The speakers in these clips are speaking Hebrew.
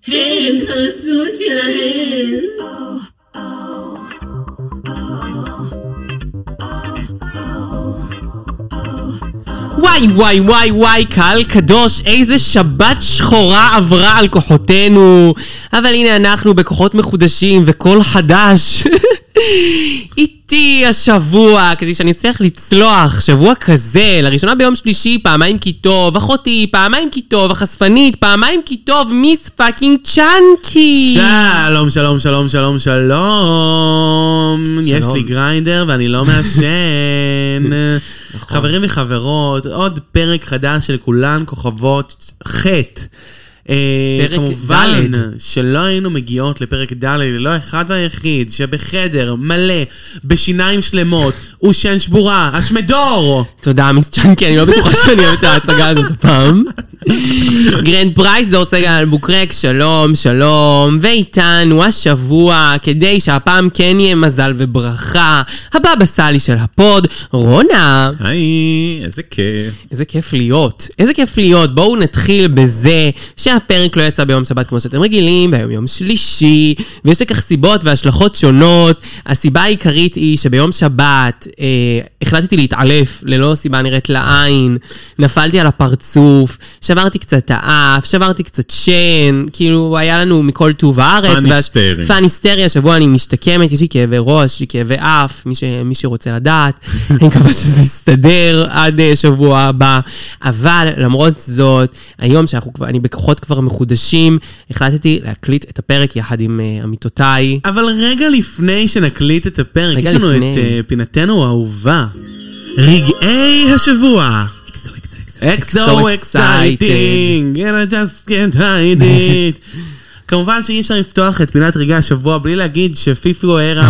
הם חרסות שלהם. וואי וואי וואי וואי, קהל קדוש, איזה שבת שחורה עברה על כוחותינו. אבל הנה אנחנו בכוחות מחודשים וקול חדש איתי השבוע, כדי שאני אצליח לצלוח שבוע כזה. לראשונה ביום שלישי פעמיים כי טוב, אחותי פעמיים כי טוב, החשפנית פעמיים כי טוב, מיס פאקינג צ'אנקי. שלום שלום שלום שלום שלום. יש לי גריינדר ואני לא מעשן. חברים וחברות, עוד פרק חדש של כולן כוכבות חטא. כמובן שלא היינו מגיעות לפרק ד' ללא אחד והיחיד שבחדר מלא בשיניים שלמות ושן שבורה, השמדור. תודה מיס צ'אנקי, אני לא בטוחה שאני אוהבת את ההצגה הזאת הפעם. גרנד פרייס דור סגל אלבוקרק, שלום שלום. ואיתנו השבוע, כדי שהפעם כן יהיה מזל וברכה, הבבא סאלי של הפוד, רונה. היי, איזה כיף. איזה כיף להיות, איזה כיף להיות. בואו נתחיל בזה שהפרק לא יצא ביום שבת כמו שאתם רגילים, והיום יום שלישי, ויש לכך סיבות והשלכות שונות. הסיבה העיקרית היא שביום שבת החלטתי להתעלף ללא סיבה נראית לעין, נפלתי על הפרצוף, שברתי קצת האף, שברתי קצת שן, כאילו היה לנו מכל טוב הארץ. פאניסטריה, שבוע אני משתקמת, יש לי כאבי ראש, יש לי כאבי אף, מי שרוצה לדעת, אני מקווה שזה יסתדר עד שבוע הבא. אבל למרות זאת, היום אני בכוחות כבר מחודשים, החלטתי להקליט את הפרק יחד עם אמיתותיי. אבל רגע לפני שנקליט את הפרק, יש לנו את פינתנו האהובה, רגעי השבוע. XO exciting, and I just can't hide it. כמובן שאי אפשר לפתוח את פינת רגעי השבוע בלי להגיד שפיפי אוהרה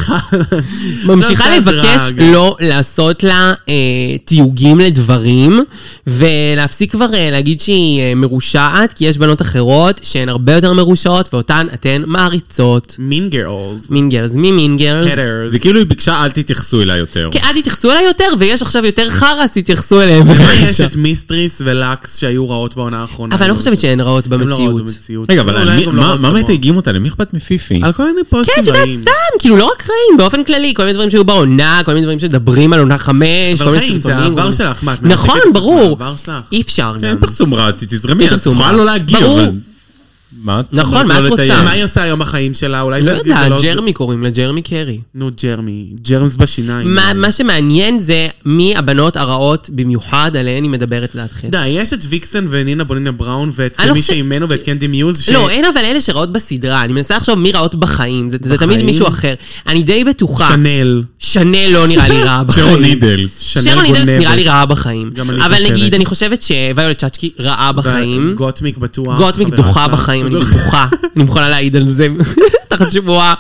ממשיכה לבקש לא לעשות לה תיוגים לדברים, ולהפסיק כבר להגיד שהיא מרושעת, כי יש בנות אחרות שהן הרבה יותר מרושעות, ואותן אתן מעריצות. מין גרלס. מין גרלס, מין גרלס. זה כאילו היא ביקשה אל תתייחסו אליי יותר. כן, אל תתייחסו אליי יותר, ויש עכשיו יותר חרס, תתייחסו אליהם. יש את מיסטריס ולקס שהיו רעות בעונה האחרונה. אבל אני לא חושבת שהן רעות במציאות. רגע, אבל מה מתייגים אותה? למי אכפת מפיפי? על כל מיני פוסטים. כן, את יודעת סתם, כאילו לא רק רעים, באופן כללי, כל מיני דברים שהיו בעונה, כל מיני דברים שדברים על עונה 5, אבל חיים, זה העבר שלך. נכון, ברור. אי אפשר גם. אין פרסום רע, תזרמי, את יכולה לא להגיע, אבל... נכון, מה את רוצה? מה היא עושה היום בחיים שלה? לא יודע, ג'רמי קוראים לה, ג'רמי קרי. נו, ג'רמס בשיניים. מה שמעניין זה מי הבנות הרעות במיוחד עליהן היא מדברת להתחיל. די, יש את ויקסן ונינה בונינה בראון ואת מי שאימנו ואת קנדי מיוז. לא, אין אבל אלה שרעות בסדרה. אני מנסה לחשוב מי רעות בחיים. זה תמיד מישהו אחר. אני די בטוחה. שנל לא נראה לי רעה בחיים. שרון נידלס נראה לי רעה בחיים. אבל נגיד, אני חושבת שויולט צ'אצ'קי רעה בחיים. גוטמיק בטוח. גוטמיק דוחה בחיים. אני בטוחה, אני מוכנה להעיד על זה תחת שבועה.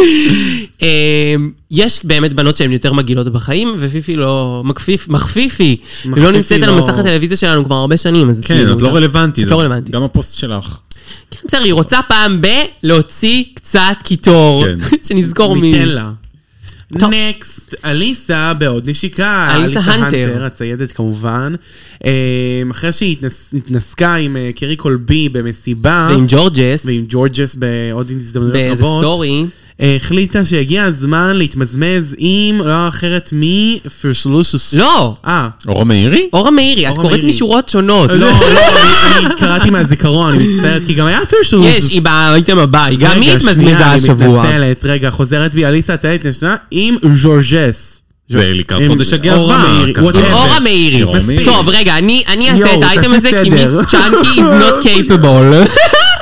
יש באמת בנות שהן יותר מגעילות בחיים, ופיפי לא מחפיפי, ולא נמצאת על מסך הטלוויזיה שלנו כבר הרבה שנים. כן, את לא רלוונטית, גם הפוסט שלך. כן, בסדר, היא רוצה פעם להוציא קצת קיטור, שנזכור מי. ניתן לה. נקסט, אליסה בעוד נשיקה. אליסה הנטר. הציידת כמובן. אחרי שהיא התנסקה עם קרי קולבי במסיבה. ועם ג'ורג'ס בעוד הזדמנויות רבות. באיזה סטורי. החליטה שהגיע הזמן להתמזמז עם לא אחרת מפרסלוסוס. לא. אורה מאירי? אורה מאירי, את קוראת משורות שונות. לא, אני קראתי מהזיכרון, אני מצטערת, כי גם היה פרסלוסוס. יש, היא באייטם הבא, היא גם היא התמזמזה השבוע. אני מתנצלת, רגע, חוזרת בי, אליסה הציידת נשנה עם ג'ורג'ס. זה לקראת חודש הגאווה. אורה מאירי. טוב, רגע, אני אעשה את האייטם הזה, כי מיס צ'אנקי is not capable.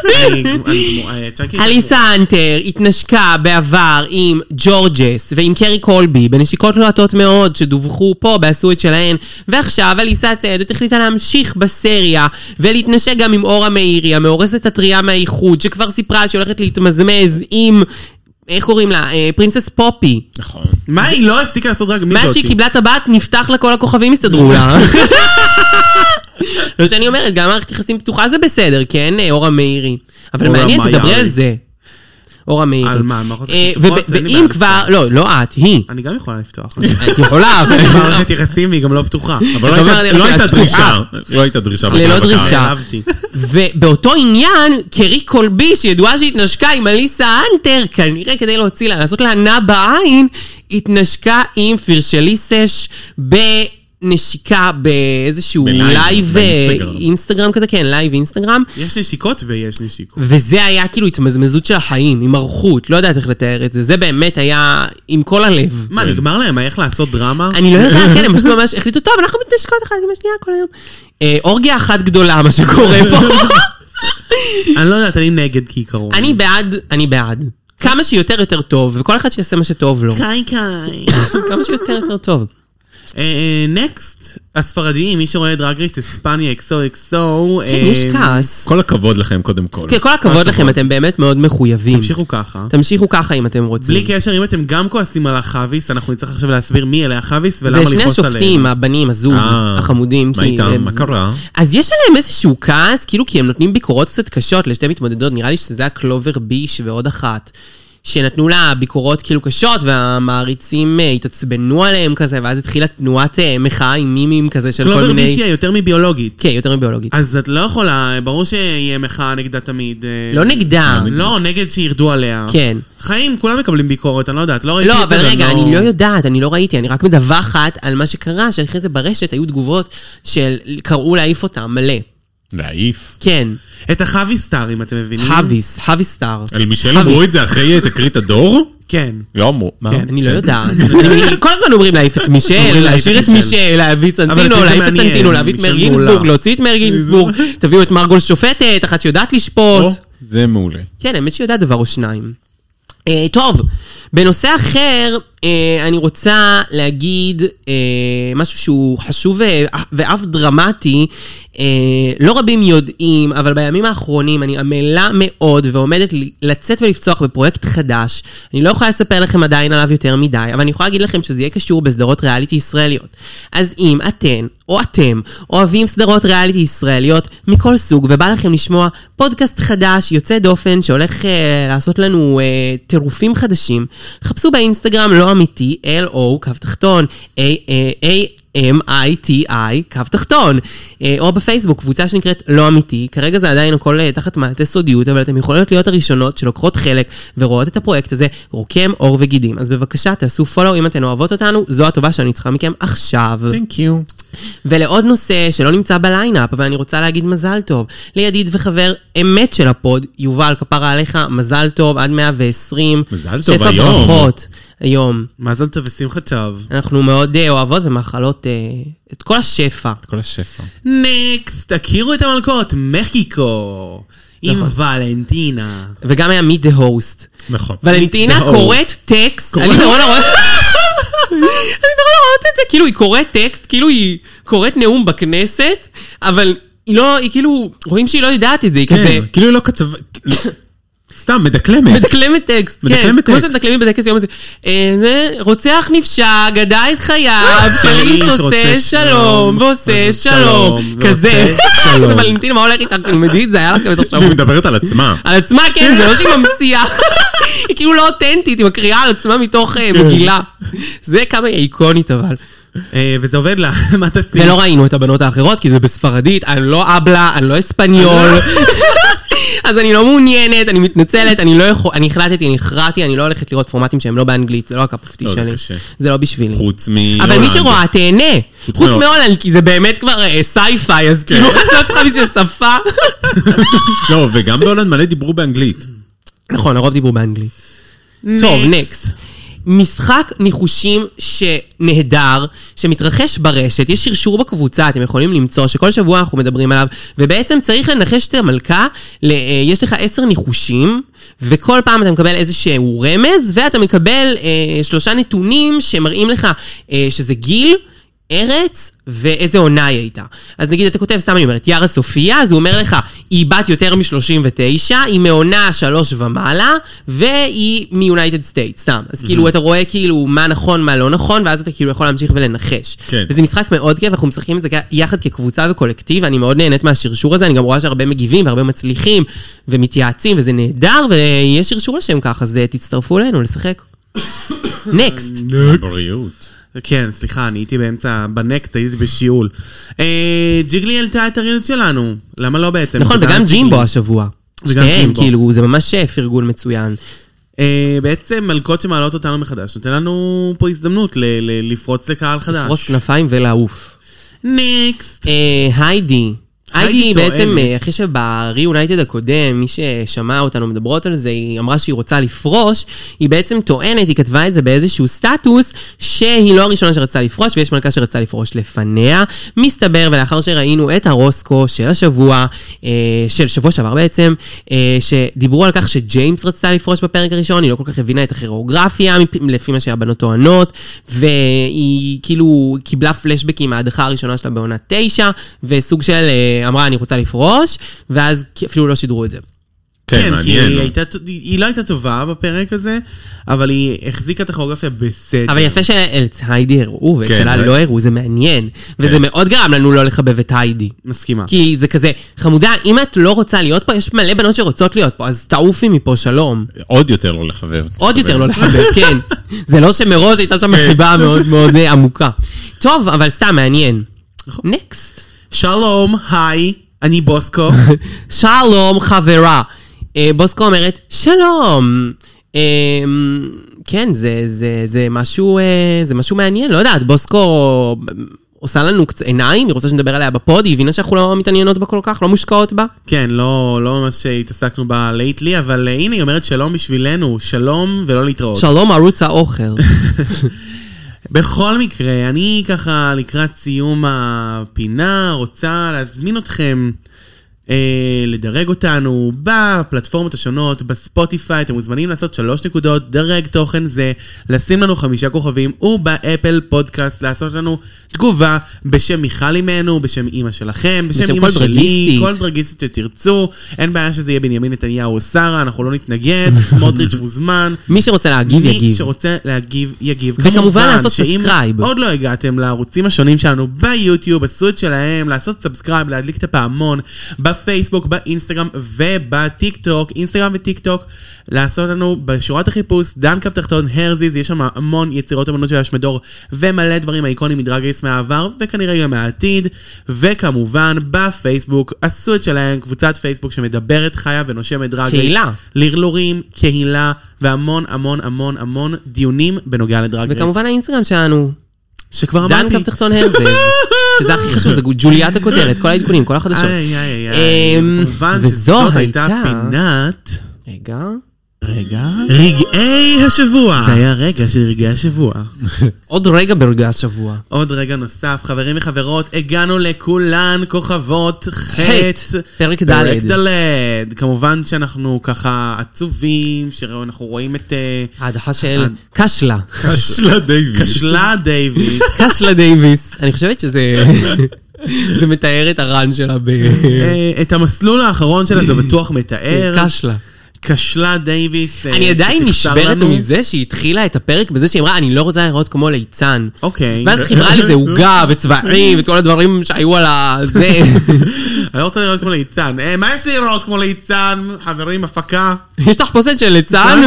אליסה הנטר התנשקה בעבר עם ג'ורג'ס ועם קרי קולבי בנשיקות לוהטות מאוד שדווחו פה בעשו את שלהן, ועכשיו אליסה הציידת החליטה להמשיך בסריה ולהתנשק גם עם אורה מאירי, המאורסת הטריה מהאיחוד, שכבר סיפרה שהיא הולכת להתמזמז עם, איך קוראים לה? פרינסס פופי. נכון. מה היא לא הפסיקה לעשות רק מיזותי? מה שהיא קיבלה טבעת נפתח לה כל הכוכבים הסתדרו לה. לא שאני אומרת, גם מערכת יחסים פתוחה זה בסדר, כן? אורה מאירי. אבל מעניין, תדברי על זה. אורה מאירי. על מה? מערכות פתוחות? ואם כבר, לא את, היא. אני גם יכולה לפתוח. את יכולה. מערכת יחסים היא גם לא פתוחה. אבל לא הייתה דרישה. לא הייתה דרישה. ללא דרישה. ובאותו עניין, קרי קולבי, שידועה שהתנשקה עם אליסה אנטר, כנראה כדי להוציא לה, לעשות לה ענה בעין, התנשקה עם פירשליסש בנשיקה באיזשהו לייב אינסטגרם כזה, כן, לייב אינסטגרם. יש נשיקות ויש נשיקות. וזה היה כאילו התמזמזות של החיים, עם ערכות, לא יודעת איך לתאר את זה. זה באמת היה עם כל הלב. מה, נגמר להם? איך לעשות דרמה? אני לא יודעת, כן, הם ממש החליטו, טוב, אנחנו מתנשקות אחת עם השנייה כל היום. אורגיה אחת גדולה, מה שקורה פה. אני לא יודעת, אני נגד כעיקרון. אני בעד. כמה שיותר יותר טוב, וכל אחד שיעשה מה שטוב לו. קאי. כמה שיותר יותר טוב. נקסט, הספרדיים, מי שרואה דרג רייס, אספניה, XOXO. כן, יש כעס. כל הכבוד לכם קודם כל. כן, כל הכבוד לכם, אתם באמת מאוד מחויבים. תמשיכו ככה אם אתם רוצים. בלי קשר, אם אתם גם כועסים על החוויס, אנחנו נצטרך עכשיו להסביר מי אלה החוויס ולמה לכעוס עליהם. זה שני השופטים, הבנים, הזוג, החמודים. מה איתם? מה קרה? אז יש עליהם איזשהו כעס, כאילו כי הם נותנים ביקורות קצת קשות לשתי מתמודדות, נראה לי שזה היה קלובר ביש ועוד אחת. שנתנו לה ביקורות כאילו קשות, והמעריצים התעצבנו עליהם כזה, ואז התחילה תנועת מחאה עם מימים כזה של כל מיני... קלובר בישי היא יותר מביולוגית. כן, יותר מביולוגית. אז את לא יכולה, ברור שיהיה מחאה נגדה תמיד. לא נגדה. לא, נגד שירדו עליה. כן. חיים, כולם מקבלים ביקורת, אני לא יודעת, לא ראיתי את זה. לא, אבל רגע, אני לא יודעת, אני לא ראיתי, אני רק מדווחת על מה שקרה, שאחרי זה ברשת היו תגובות של קראו להעיף אותם מלא. להעיף? כן. את החוויסטאר, אם אתם מבינים. חוויסטאר. על מישל אמרו את זה אחרי תקרית הדור? כן. לא אמרו. אני לא יודעת. כל הזמן אומרים להעיף את מישל, להשאיר את מישל, להביא צנטינו, להעיף את צנטינו, להביא את מר גינסבורג, להוציא את מר גינסבורג, תביאו את מרגול שופטת, אחת שיודעת לשפוט. זה מעולה. כן, האמת שיודעת דבר או שניים. טוב, בנושא אחר, אני רוצה להגיד משהו שהוא חשוב ואף דרמטי, לא רבים יודעים, אבל בימים האחרונים אני עמלה מאוד ועומדת לצאת ולפצוח בפרויקט חדש. אני לא יכולה לספר לכם עדיין עליו יותר מדי, אבל אני יכולה להגיד לכם שזה יהיה קשור בסדרות ריאליטי ישראליות. אז אם אתן או אתם אוהבים סדרות ריאליטי ישראליות מכל סוג, ובא לכם לשמוע פודקאסט חדש יוצא דופן שהולך לעשות לנו טירופים חדשים, חפשו באינסטגרם לא אמיתי, LO_AMITI קו תחתון, או בפייסבוק, קבוצה שנקראת לא אמיתי. כרגע זה עדיין הכל תחת מעטה סודיות, אבל אתם יכולות להיות הראשונות שלוקחות חלק ורואות את הפרויקט הזה רוקם אור וגידים. אז בבקשה תעשו פולו אם אתן אוהבות אותנו, זו הטובה שאני צריכה מכם עכשיו. Thank you. ולעוד נושא שלא נמצא בליינאפ, אבל אני רוצה להגיד מזל טוב לידיד וחבר אמת של הפוד, יובל, כפרה עליך, מזל טוב עד 120. מזל טוב שפע היום. ברכות היום. מזל טוב ושמחה טוב. אנחנו מאוד אוהבות ומאכלות את כל השפע. את כל השפע. נקסט, תכירו את המלכות, מקיקו. עם ולנטינה. וגם היה meet the host. נכון. ולנטינה קוראת טקסט. אני מאוד רואה את זה, כאילו היא קוראת טקסט, כאילו היא קוראת נאום בכנסת, אבל היא כאילו, רואים שהיא לא יודעת את זה, היא כזה... כאילו היא לא כתב... סתם, מדקלמת. מדקלמת טקסט, כן. כמו שמדקלמים בטקסט יום הזה. רוצח נפשע, גדע את חייו, של איש עושה שלום, ועושה שלום. כזה. זה ולנטינה, מה הולך איתה? תלמדי את זה, היה לכם את עכשיו. היא מדברת על עצמה. על עצמה, כן, זה לא שהיא ממציאה. היא כאילו לא אותנטית, היא מקריאה על עצמה מתוך מגילה. זה כמה היא איקונית, אבל. וזה עובד לה, מה תעשי? ולא ראינו את הבנות האחרות, כי זה בספרדית, אני לא אבלה, אני לא אספניול. אז אני לא מעוניינת, אני מתנצלת, אני הכרעתי, אני לא הולכת לראות פורמטים שהם לא באנגלית, זה לא הקפופתי שלי. זה לא בשבילי. חוץ מהולנד. אבל מי שרואה, תהנה. חוץ מהולנד, כי זה באמת כבר סייפיי, אז כאילו, לא צריכה בשביל שפה. לא, וגם בהולנד מלא דיברו באנגלית. נכון, הרוב דיברו באנגלית. טוב, נקסט. משחק ניחושים שנהדר, שמתרחש ברשת, יש שרשור בקבוצה, אתם יכולים למצוא, שכל שבוע אנחנו מדברים עליו, ובעצם צריך לנחש את המלכה, יש לך 10 ניחושים, וכל פעם אתה מקבל איזשהו רמז, ואתה מקבל 3 נתונים שמראים לך שזה גיל, ארץ ואיזה עונה היא הייתה. אז נגיד, אתה כותב, סתם אני אומרת, יארה סופיה, אז הוא אומר לך, היא בת יותר מ-39, היא מעונה 3 ומעלה, והיא מיונייטד סטייטס, סתם. אז כאילו, אתה רואה כאילו מה נכון, מה לא נכון, ואז אתה כאילו יכול להמשיך ולנחש. כן. וזה משחק מאוד כיף, אנחנו משחקים את זה יחד כקבוצה וקולקטיב, אני מאוד נהנית מהשרשור הזה, אני גם רואה שהרבה מגיבים, והרבה מצליחים, ומתייעצים, וזה נהדר, ויש שרשור לשם כך, אז תצטרפו אלינו לשחק. נקסט. בריאות. כן, סליחה, אני הייתי באמצע, בנקסט הייתי בשיעול. ג'יגלי העלתה את הרילס שלנו, למה לא בעצם? נכון, וגם ג'ימבו השבוע. שתיהם, ג'ימבו. כאילו, זה ממש פרגון מצוין. בעצם מלכות שמעלות אותנו מחדש, נותן לנו פה הזדמנות לפרוץ לקהל חדש. לפרוס כנפיים ולעוף. נקסט. היידי. היידי טוענת. בעצם, אחרי שברי-יונייטד הקודם, מי ששמע אותנו מדברות על זה, היא אמרה שהיא רוצה לפרוש, היא בעצם טוענת, היא כתבה את זה באיזשהו סטטוס, שהיא לא הראשונה שרצה לפרוש, ויש מלכה שרצה לפרוש לפניה. מסתבר, ולאחר שראינו את הרוסקו של השבוע, של שבוע שעבר בעצם, שדיברו על כך שג'יימס רצתה לפרוש בפרק הראשון, היא לא כל כך הבינה את הכירוגרפיה, לפי מה שהבנות טוענות, והיא כאילו קיבלה פלשבקים מההדחה הראשונה שלה בעונה 9, וסוג של אמרה, אני רוצה לפרוש, ואז אפילו לא שידרו את זה. כן, כי היא לא הייתה טובה בפרק הזה, אבל היא החזיקה את הכירוגרפיה בסדר. אבל יפה שאת היידי הראו, ואת שלה לא הראו, זה מעניין. וזה מאוד גרם לנו לא לחבב את היידי. מסכימה. כי זה כזה, חמודה, אם את לא רוצה להיות פה, יש מלא בנות שרוצות להיות פה, אז תעופי מפה, שלום. עוד יותר לא לחבב. עוד יותר לא לחבב, כן. זה לא שמראש הייתה שם חיבה מאוד מאוד עמוקה. טוב, אבל סתם מעניין. נקסט. שלום, היי, אני בוסקו. שלום, חברה. בוסקו אומרת, שלום. כן, זה משהו מעניין, לא יודעת, בוסקו עושה לנו קצת עיניים, היא רוצה שנדבר עליה בפוד, היא הבינה שאנחנו לא מתעניינות בה כל כך, לא מושקעות בה. כן, לא ממש התעסקנו בה לייטלי, אבל הנה היא אומרת שלום בשבילנו, שלום ולא להתראות. שלום, ערוץ האוכל. בכל מקרה, אני ככה לקראת סיום הפינה רוצה להזמין אתכם לדרג אותנו בפלטפורמות השונות, בספוטיפיי, אתם מוזמנים לעשות 3 נקודות, דרג תוכן זה, לשים לנו 5 כוכבים, ובאפל פודקאסט לעשות לנו תגובה בשם מיכל אימנו, בשם אמא שלכם, בשם אמא שלי, כל דרגיסטית שתרצו, אין בעיה שזה יהיה בנימין נתניהו או שרה, אנחנו לא נתנגד, סמוטריץ' מוזמן. מי שרוצה להגיב, יגיב. מי שרוצה להגיב, יגיב. וכמובן לעשות סאבסקרייב. עוד לא הגעתם לערוצים השונים שלנו ביוטיוב, עשו את שלהם, לעשות סאבסקרייב, להדליק את הפעמון, בפייסבוק, באינסטגרם ובטיק טוק, אינסטגרם וטיק טוק, לעשות לנו בשורת החיפוש, דן כף תחתון, הרזיז, יש שם המון יצירות אמנות של השמדור, ומלא דברים אייקונים מדרג רייס מהעבר, וכנראה גם מהעתיד, וכמובן בפייסבוק, עשו את שלהם, קבוצת פייסבוק שמדברת חיה ונושמת דרג רייס. קהילה. לרלורים, קהילה, והמון המון המון המון דיונים בנוגע לדרג רייס. וכמובן האינסטגרם שלנו. שכבר אמרתי. דן כף תחתון הרזיז. שזה הכי חשוב, זה ג'וליית הכותרת, כל העדכונים, כל החדשות. כמובן שזאת הייתה פינת... רגע. רגעי השבוע. זה היה רגע של רגעי השבוע. עוד רגע ברגעי השבוע. עוד רגע נוסף, חברים וחברות, הגענו לכולן כוכבות חטא. פרק ד'. כמובן שאנחנו ככה עצובים, שאנחנו רואים את... ההדחה של קשלה. קשלה דייביס. קשלה דייביס. קשלה דייביס. אני חושבת שזה... זה מתאר את הרן שלה את המסלול האחרון שלה זה בטוח מתאר. קשלה. קשלה דייביס. אני עדיין נשברת מזה שהיא התחילה את הפרק בזה שהיא אמרה, אני לא רוצה לראות כמו ליצן. אוקיי. ואז חיברה לזה עוגה וצבעים ואת כל הדברים שהיו על הזה. אני לא רוצה לראות כמו ליצן. מה יש לי לראות כמו ליצן? חברים, הפקה. יש תחפושת של ליצן?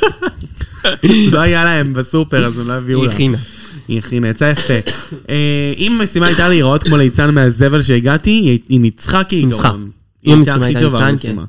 לא היה להם בסופר, אז הם לא הביאו לה. היא הכינה, יצא יפה. אם המשימה הייתה להיראות כמו ליצן מהזבל שהגעתי, היא ניצחה כעיקרון. היא הייתה הכי טובה המשימה.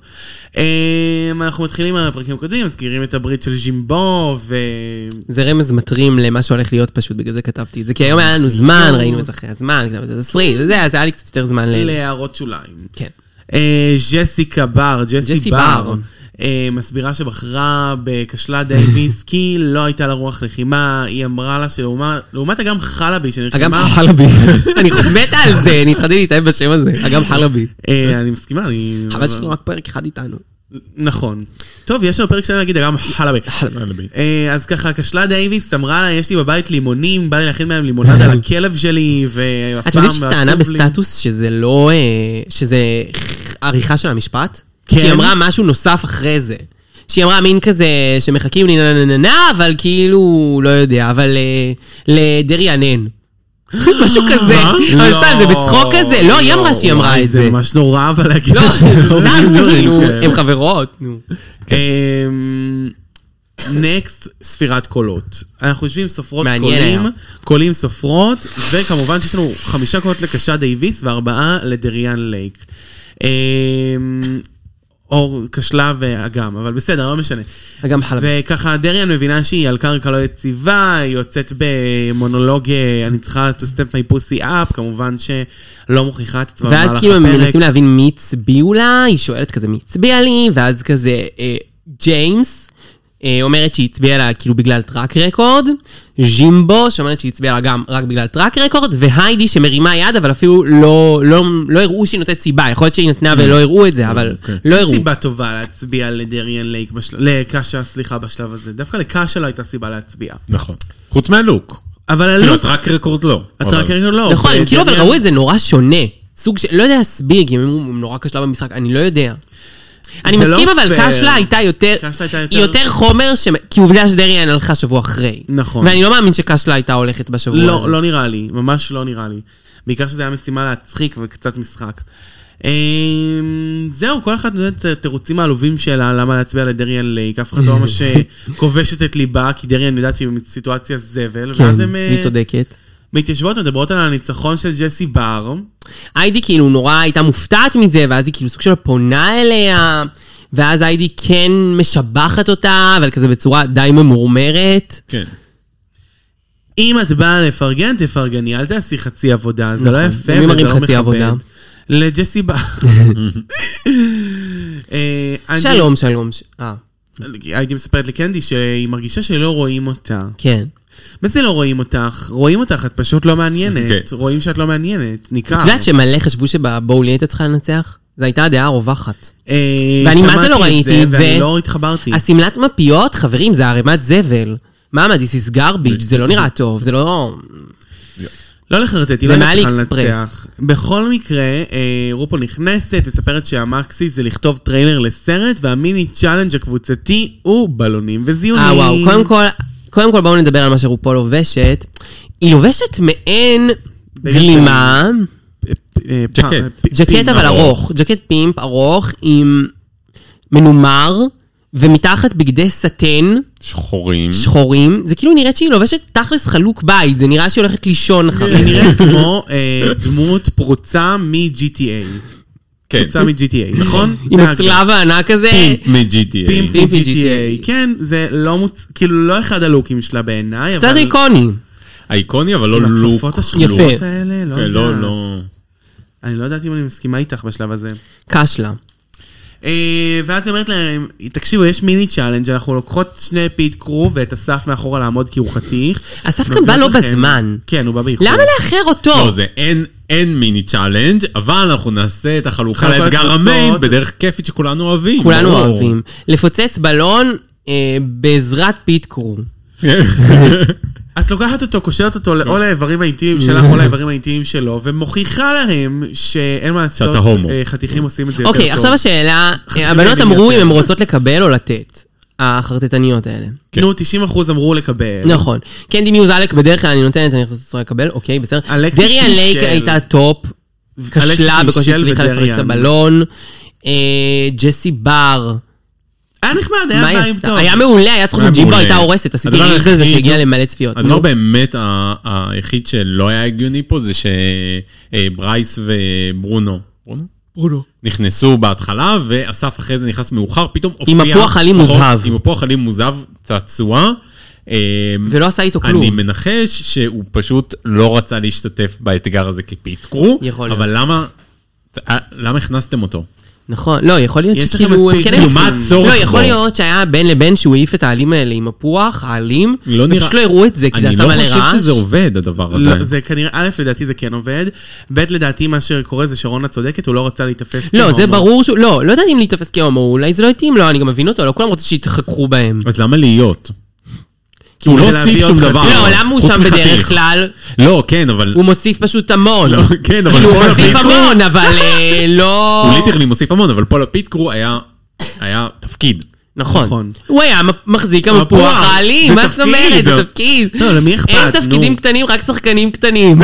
אנחנו מתחילים מהפרקים הקודמים, מזכירים את הברית של ז'ימבו, זה רמז מטרים למה שהולך להיות פשוט, בגלל זה כתבתי את זה, כי היום היה לנו זמן, ראינו את זה אחרי הזמן, כתבתי את זה וזה, אז היה לי קצת יותר זמן להערות שוליים. כן. ג'סיקה בר, ג'סי בר, מסבירה שבחרה בקשלה דייביס, כי לא הייתה לה רוח לחימה, היא אמרה לה שלעומת אגם חלבי שנרחימה... אגם חלבי, אני מתה על זה, אני התחלתי להתאהב בשם הזה, אגם חלבי. אני מסכימה, אני... חבל שלנו רק פרק אחד איתנו. נכון. טוב, יש לנו פרק שלנו להגיד, גם חלבי. אז ככה, קשלה דייביס אמרה לה, יש לי בבית לימונים, בא לי להכין מהם לימונד על הכלב שלי, ואף את פעם... יודעת שטענה בסטטוס שזה לא... שזה עריכה של המשפט? כן. שהיא אמרה משהו נוסף אחרי זה. שהיא אמרה מין כזה שמחכים לי נננננה, אבל כאילו, לא יודע, אבל לדרי ענן. משהו כזה. אבל סתם, זה בצחוק כזה. לא, היא אמרה שהיא אמרה את זה. זה ממש נורא, אבל להגיד... לא, סתם, זה כאילו, הם חברות. נקסט, ספירת קולות. אנחנו יושבים סופרות מעניין קולים, היה. קולים סופרות, וכמובן שיש לנו 5 קולות לקשה דייביס ו4 לדריאן לייק. או קשלה ואגם, אבל בסדר, לא משנה. אגם חלבי. וככה דריאן מבינה שהיא על קרקע לא יציבה, היא יוצאת במונולוג, אני צריכה to step my pussy up, כמובן שלא מוכיחה את עצמה במהלך ואז כאילו הם הפרק. מנסים להבין מי הצביעו לה, היא שואלת כזה מי הצביע לי, ואז כזה ג'יימס אומרת שהיא הצביעה לה כאילו בגלל טראק רקורד, ז'ימבו שאומרת שהיא הצביעה לה גם רק בגלל טראק רקורד, והיידי שמרימה יד, אבל אפילו לא הראו שהיא נותנת סיבה, יכול להיות שהיא נתנה ולא הראו את זה, אבל לא הראו. סיבה טובה להצביע לדריאן לייק, לקשה, סליחה, בשלב הזה. דווקא לקשה לא הייתה סיבה להצביע. נכון. חוץ מהלוק. אבל כאילו, הלוק... הטראק רקורד לא. הטראק רקורד לא. נכון, הם כאילו אבל ראו את זה נורא שונה. סוג של, לא יודע להסביר, כי הם נורא קשלה במשחק, אני לא יודע. אני מסכים, אבל קשלה הייתה יותר, היא יותר חומר, כי עובדה שדריאן הלכה שבוע אחרי. נכון. ואני לא מאמין שקשלה הייתה הולכת בשבוע הזה. לא, לא נראה לי, ממש לא נראה לי. בעיקר שזה היה משימה להצחיק וקצת משחק. זהו, כל אחד נותנת תירוצים העלובים שלה, למה להצביע לדריאן לייק, אף אחד לא ממש כובשת את ליבה, כי דריאן יודעת שהיא בסיטואציה זבל, ואז הם... היא צודקת. מתיישבות, מדברות על הניצחון של ג'סי בר. היידי כאילו נורא הייתה מופתעת מזה, ואז היא כאילו סוג של פונה אליה, ואז היידי כן משבחת אותה, אבל כזה בצורה די ממורמרת. כן. אם את באה לפרגן, תפרגני, אל תעשי חצי עבודה, זה לא יפה מי וזה מרים לא חצי עבודה? מכבד. לג'סי בר. שלום, שלום. הייתי מספרת לקנדי שהיא מרגישה שלא רואים אותה. כן. מה זה לא רואים אותך? רואים אותך, את פשוט לא מעניינת. רואים שאת לא מעניינת, ניכר. את יודעת שמלא חשבו שבבואלי הייתה צריכה לנצח? זו הייתה הדעה הרווחת. ואני מה זה לא ראיתי את זה? ואני לא התחברתי. הסמלת מפיות, חברים, זה הרמת זבל. מה, this is garbage, זה לא נראה טוב, זה לא... לא לחרטט, היא זה לא מעלי צריכה אקספרס. לנצח. בכל מקרה, רופול נכנסת, מספרת שהמקסי זה לכתוב טריילר לסרט, והמיני צ'אלנג' הקבוצתי הוא בלונים וזיונים. וואו, קודם כל בואו נדבר על מה שרופול לובשת. היא לובשת מעין גלימה, ג'קט אבל ארוך, ג'קט פימפ ארוך עם מנומר, ומתחת בגדי סטן שחורים, זה כאילו נראית שהיא לובשת תכלס חלוק בית, זה נראה שהיא הולכת לישון אחרי. היא נראית כמו דמות פרוצה מ-GTA. פרוצה מ-GTA, נכון? עם הצלב הענק הזה. מ-GTA. פימפ מ-GTA. כן, זה לא כאילו לא אחד הלוקים שלה בעיניי, קצת איקוני. האיקוני, אבל לא עם לוק. הכפפות השחורות האלה, לא יודע. לא. אני לא יודעת אם אני מסכימה איתך בשלב הזה. קשלה. ואז היא אומרת להם, תקשיבו, יש מיני צ'אלנג', אנחנו לוקחות 2 פיט קרו ואת אסף מאחורה לעמוד כי הוא חתיך. אסף גם בא לא בזמן. כן, הוא בא באיחור. למה לאחר אותו? לא, זה אין מיני צ'אלנג', אבל אנחנו נעשה את החלוקה לאתגר המיין בדרך כיפית שכולנו אוהבים. כולנו אוהבים. לפוצץ בלון בעזרת פיט קרו. את לוקחת אותו, קושרת אותו או לאיברים האינטימיים שלך או לאיברים האינטימיים שלו, ומוכיחה להם שאין מה לעשות, חתיכים עושים את זה יותר טוב. אוקיי, עכשיו השאלה, הבנות אמרו אם הן רוצות לקבל או לתת, החרטטניות האלה. נו, 90% אמרו לקבל. נכון. קנדי מיוזלק בדרך כלל אני נותנת, אני חושבת לקבל, אוקיי, בסדר. דריאן לייק הייתה טופ, כשלה בקושי הצליחה לפרק את הבלון. ג'סי בר. היה נחמד, היה ביים טוב. היה מעולה, היה צריך ג'ימבו הייתה הורסת, עשיתי רילס הזה שהגיע למלא צפיות. הדבר באמת היחיד שלא היה הגיוני פה זה שברייס וברונו נכנסו בהתחלה, ואסף אחרי זה נכנס מאוחר, פתאום הופיע... עם מפוח חלים מוזהב. עם מפוח חלים מוזהב, צעצוע. ולא עשה איתו כלום. אני מנחש שהוא פשוט לא רצה להשתתף באתגר הזה כפיט קרו, אבל למה הכנסתם אותו? נכון, לא, יכול להיות יש לכם שכאילו... מספיק, כן, כאילו, מה הצורך לא, יכול בו? להיות שהיה בין לבין שהוא העיף את העלים האלה עם הפוח, העלים, לא נראה... ופשוט לא הראו את זה, כי זה עשה מלא רעש. אני לא חושב שזה עובד, הדבר הזה. לא, זה כנראה, א', לדעתי זה כן עובד, ב', לדעתי מה שקורה זה שרונה צודקת, הוא לא רצה להתאפס לא, זה ברור שהוא... לא יודעת אם להתאפס כהומו, אולי זה לא התאים, לא, אני גם מבין אותו, לא כולם רוצים שיתחככו בהם. אז למה להיות? כי הוא לא הוסיף שום דבר. לא, למה הוא שם בדרך כלל? לא, כן, אבל... הוא מוסיף פשוט המון. כן, אבל... כאילו, הוא מוסיף המון, אבל לא... הוא ליטרלי מוסיף המון, אבל פולה פיטקרו היה תפקיד. נכון. הוא היה מחזיק המפוח העלים, מה זאת אומרת? זה תפקיד. לא, למי אכפת? אין תפקידים קטנים, רק שחקנים קטנים.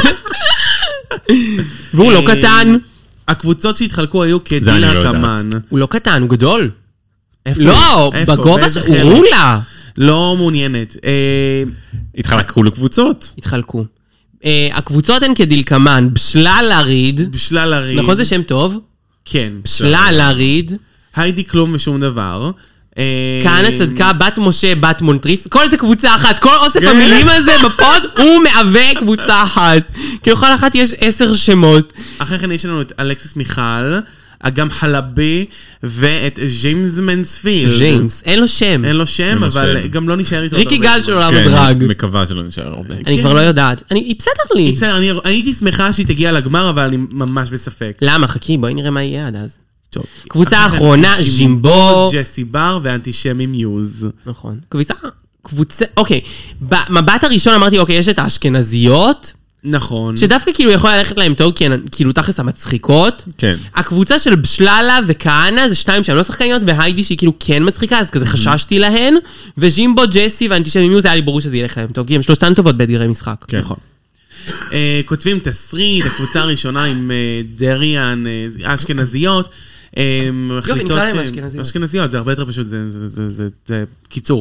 והוא לא קטן. הקבוצות שהתחלקו היו אני כדילה לא יודעת. קמן. הוא לא קטן, הוא גדול. איפה? לא, איפה? בגובה באיזה שהוא חלק? רולה. לא מעוניינת. התחלקו לקבוצות. התחלקו. הקבוצות הן כדלקמן, בשלל הריד. בשלל הריד. נכון זה שם טוב? כן. בשלל הריד. היידי כלום ושום דבר. כהנא צדקה, בת משה, בת מונטריס, כל זה קבוצה אחת, כל אוסף המילים הזה בפוד הוא מהווה קבוצה אחת. כי לכל אחת יש 10 שמות. אחרי כן יש לנו את אלכסיס מיכל, אגם חלבי, ואת ג'יימס מנספילד. ג'יימס, אין לו שם. אין לו שם, אבל גם לא נשאר איתו. ריקי גל של עולם כן, הדרג. מקווה שלא נשאר הרבה. אני כבר לא יודעת. היא בסדר לי. בסדר, אני הייתי שמחה שהיא תגיע לגמר, אבל אני ממש בספק. למה? חכי, בואי נראה מה יהיה עד אז. קבוצה האחרונה, ז'ימבו. ג'סי בר ואנטישמי מיוז. נכון. קבוצה, אוקיי. במבט הראשון אמרתי, אוקיי, יש את האשכנזיות, נכון. שדווקא כאילו יכול ללכת להם טוב, כי הן כאילו תכלס המצחיקות. כן. הקבוצה של בשללה וכהנא זה 2 שהן לא שחקניות, והיידי שהיא כאילו כן מצחיקה, אז כזה חששתי להן. וז'ימבו, ג'סי ואנטישמי מיוז, היה לי ברור שזה ילך להם טוב, כי הן שלושתן טובות באתגרי משחק. כן. נכון. כותבים תסריט, הקבוצה הראשונה עם דריאן, אשכנזיות. נקרא להם אשכנזיות. אשכנזיות, זה הרבה יותר פשוט, זה קיצור.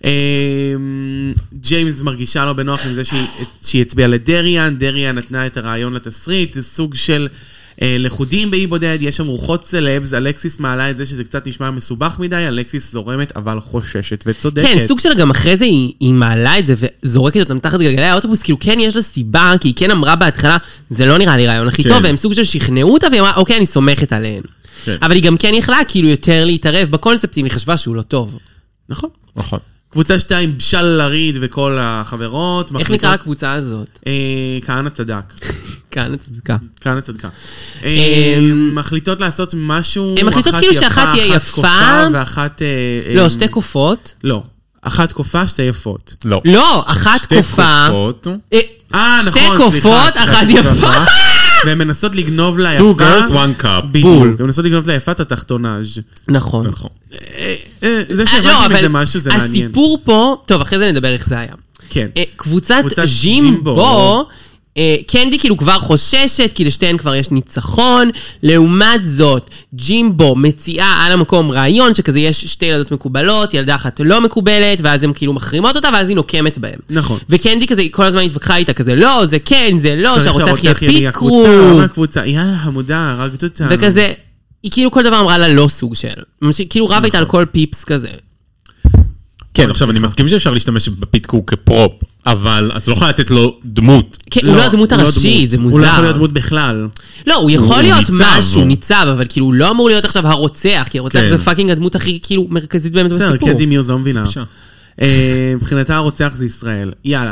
ג'יימס מרגישה לא בנוח עם זה שהיא הצביעה לדריאן, דריאן נתנה את הרעיון לתסריט, זה סוג של לחודים באי בודד, יש שם רוחות סלבס, אלכסיס מעלה את זה שזה קצת נשמע מסובך מדי, אלכסיס זורמת אבל חוששת וצודקת. כן, סוג של גם אחרי זה היא מעלה את זה וזורקת אותם תחת גלגלי האוטובוס, כאילו כן יש לה סיבה, כי היא כן אמרה בהתחלה, זה לא נראה לי רעיון הכי טוב, והם סוג של שכנעו אותה, והיא אמרה, אוקיי, אני סומכת עליהן. אבל היא גם כן יכלה כאילו יותר להתערב בקונספטים, היא חשבה שהוא לא טוב. נכון. נכון. קבוצה 2, בשל לריד וכל החברות. איך נקרא הקבוצה הזאת? כהנא צדק. כהנא צדקה. כהנא צדקה. מחליטות לעשות משהו... הן מחליטות כאילו שאחת תהיה יפה. ואחת... לא, 2 קופות. לא. אחת קופה, 2 יפות. לא. לא, אחת קופה. 2 קופות, אחת יפה. והן מנסות לגנוב לה יפה. 2 girls, 1 cup. בדיוק. הן מנסות לגנוב לה יפה את התחתונאז'. נכון. זה שהבנתי מזה משהו, זה מעניין. הסיפור פה... טוב, אחרי זה נדבר איך זה היה. כן. קבוצת ז'ימבו, קנדי כאילו כבר חוששת, כי לשתיהן כבר יש ניצחון. לעומת זאת, ג'ימבו מציעה על המקום רעיון, שכזה יש 2 ילדות מקובלות, ילדה אחת לא מקובלת, ואז הן כאילו מחרימות אותה, ואז היא נוקמת בהן. נכון. וקנדי כזה כל הזמן התווכחה איתה, כזה לא, זה כן, זה לא, שהרוצח יהיה פיקרו. הקבוצה, יאללה, המודע, הרגת אותה. וכזה, היא כאילו כל דבר אמרה לה לא סוג של. כאילו רב הייתה על כל פיפס כזה. כן, עכשיו אני מסכים שאפשר להשתמש בפיטקו כפרופ, אבל את לא יכולה לתת לו דמות. כן, הוא לא הדמות הראשית, זה מוזר. הוא לא יכול להיות דמות בכלל. לא, הוא יכול להיות ניצב, משהו, ניצב, אבל כאילו הוא לא אמור להיות עכשיו הרוצח, כי הרוצח זה פאקינג הדמות הכי כאילו מרכזית באמת בסיפור. בסדר, קנדי מיוז לא מבינה. מבחינתה הרוצח זה ישראל. יאללה.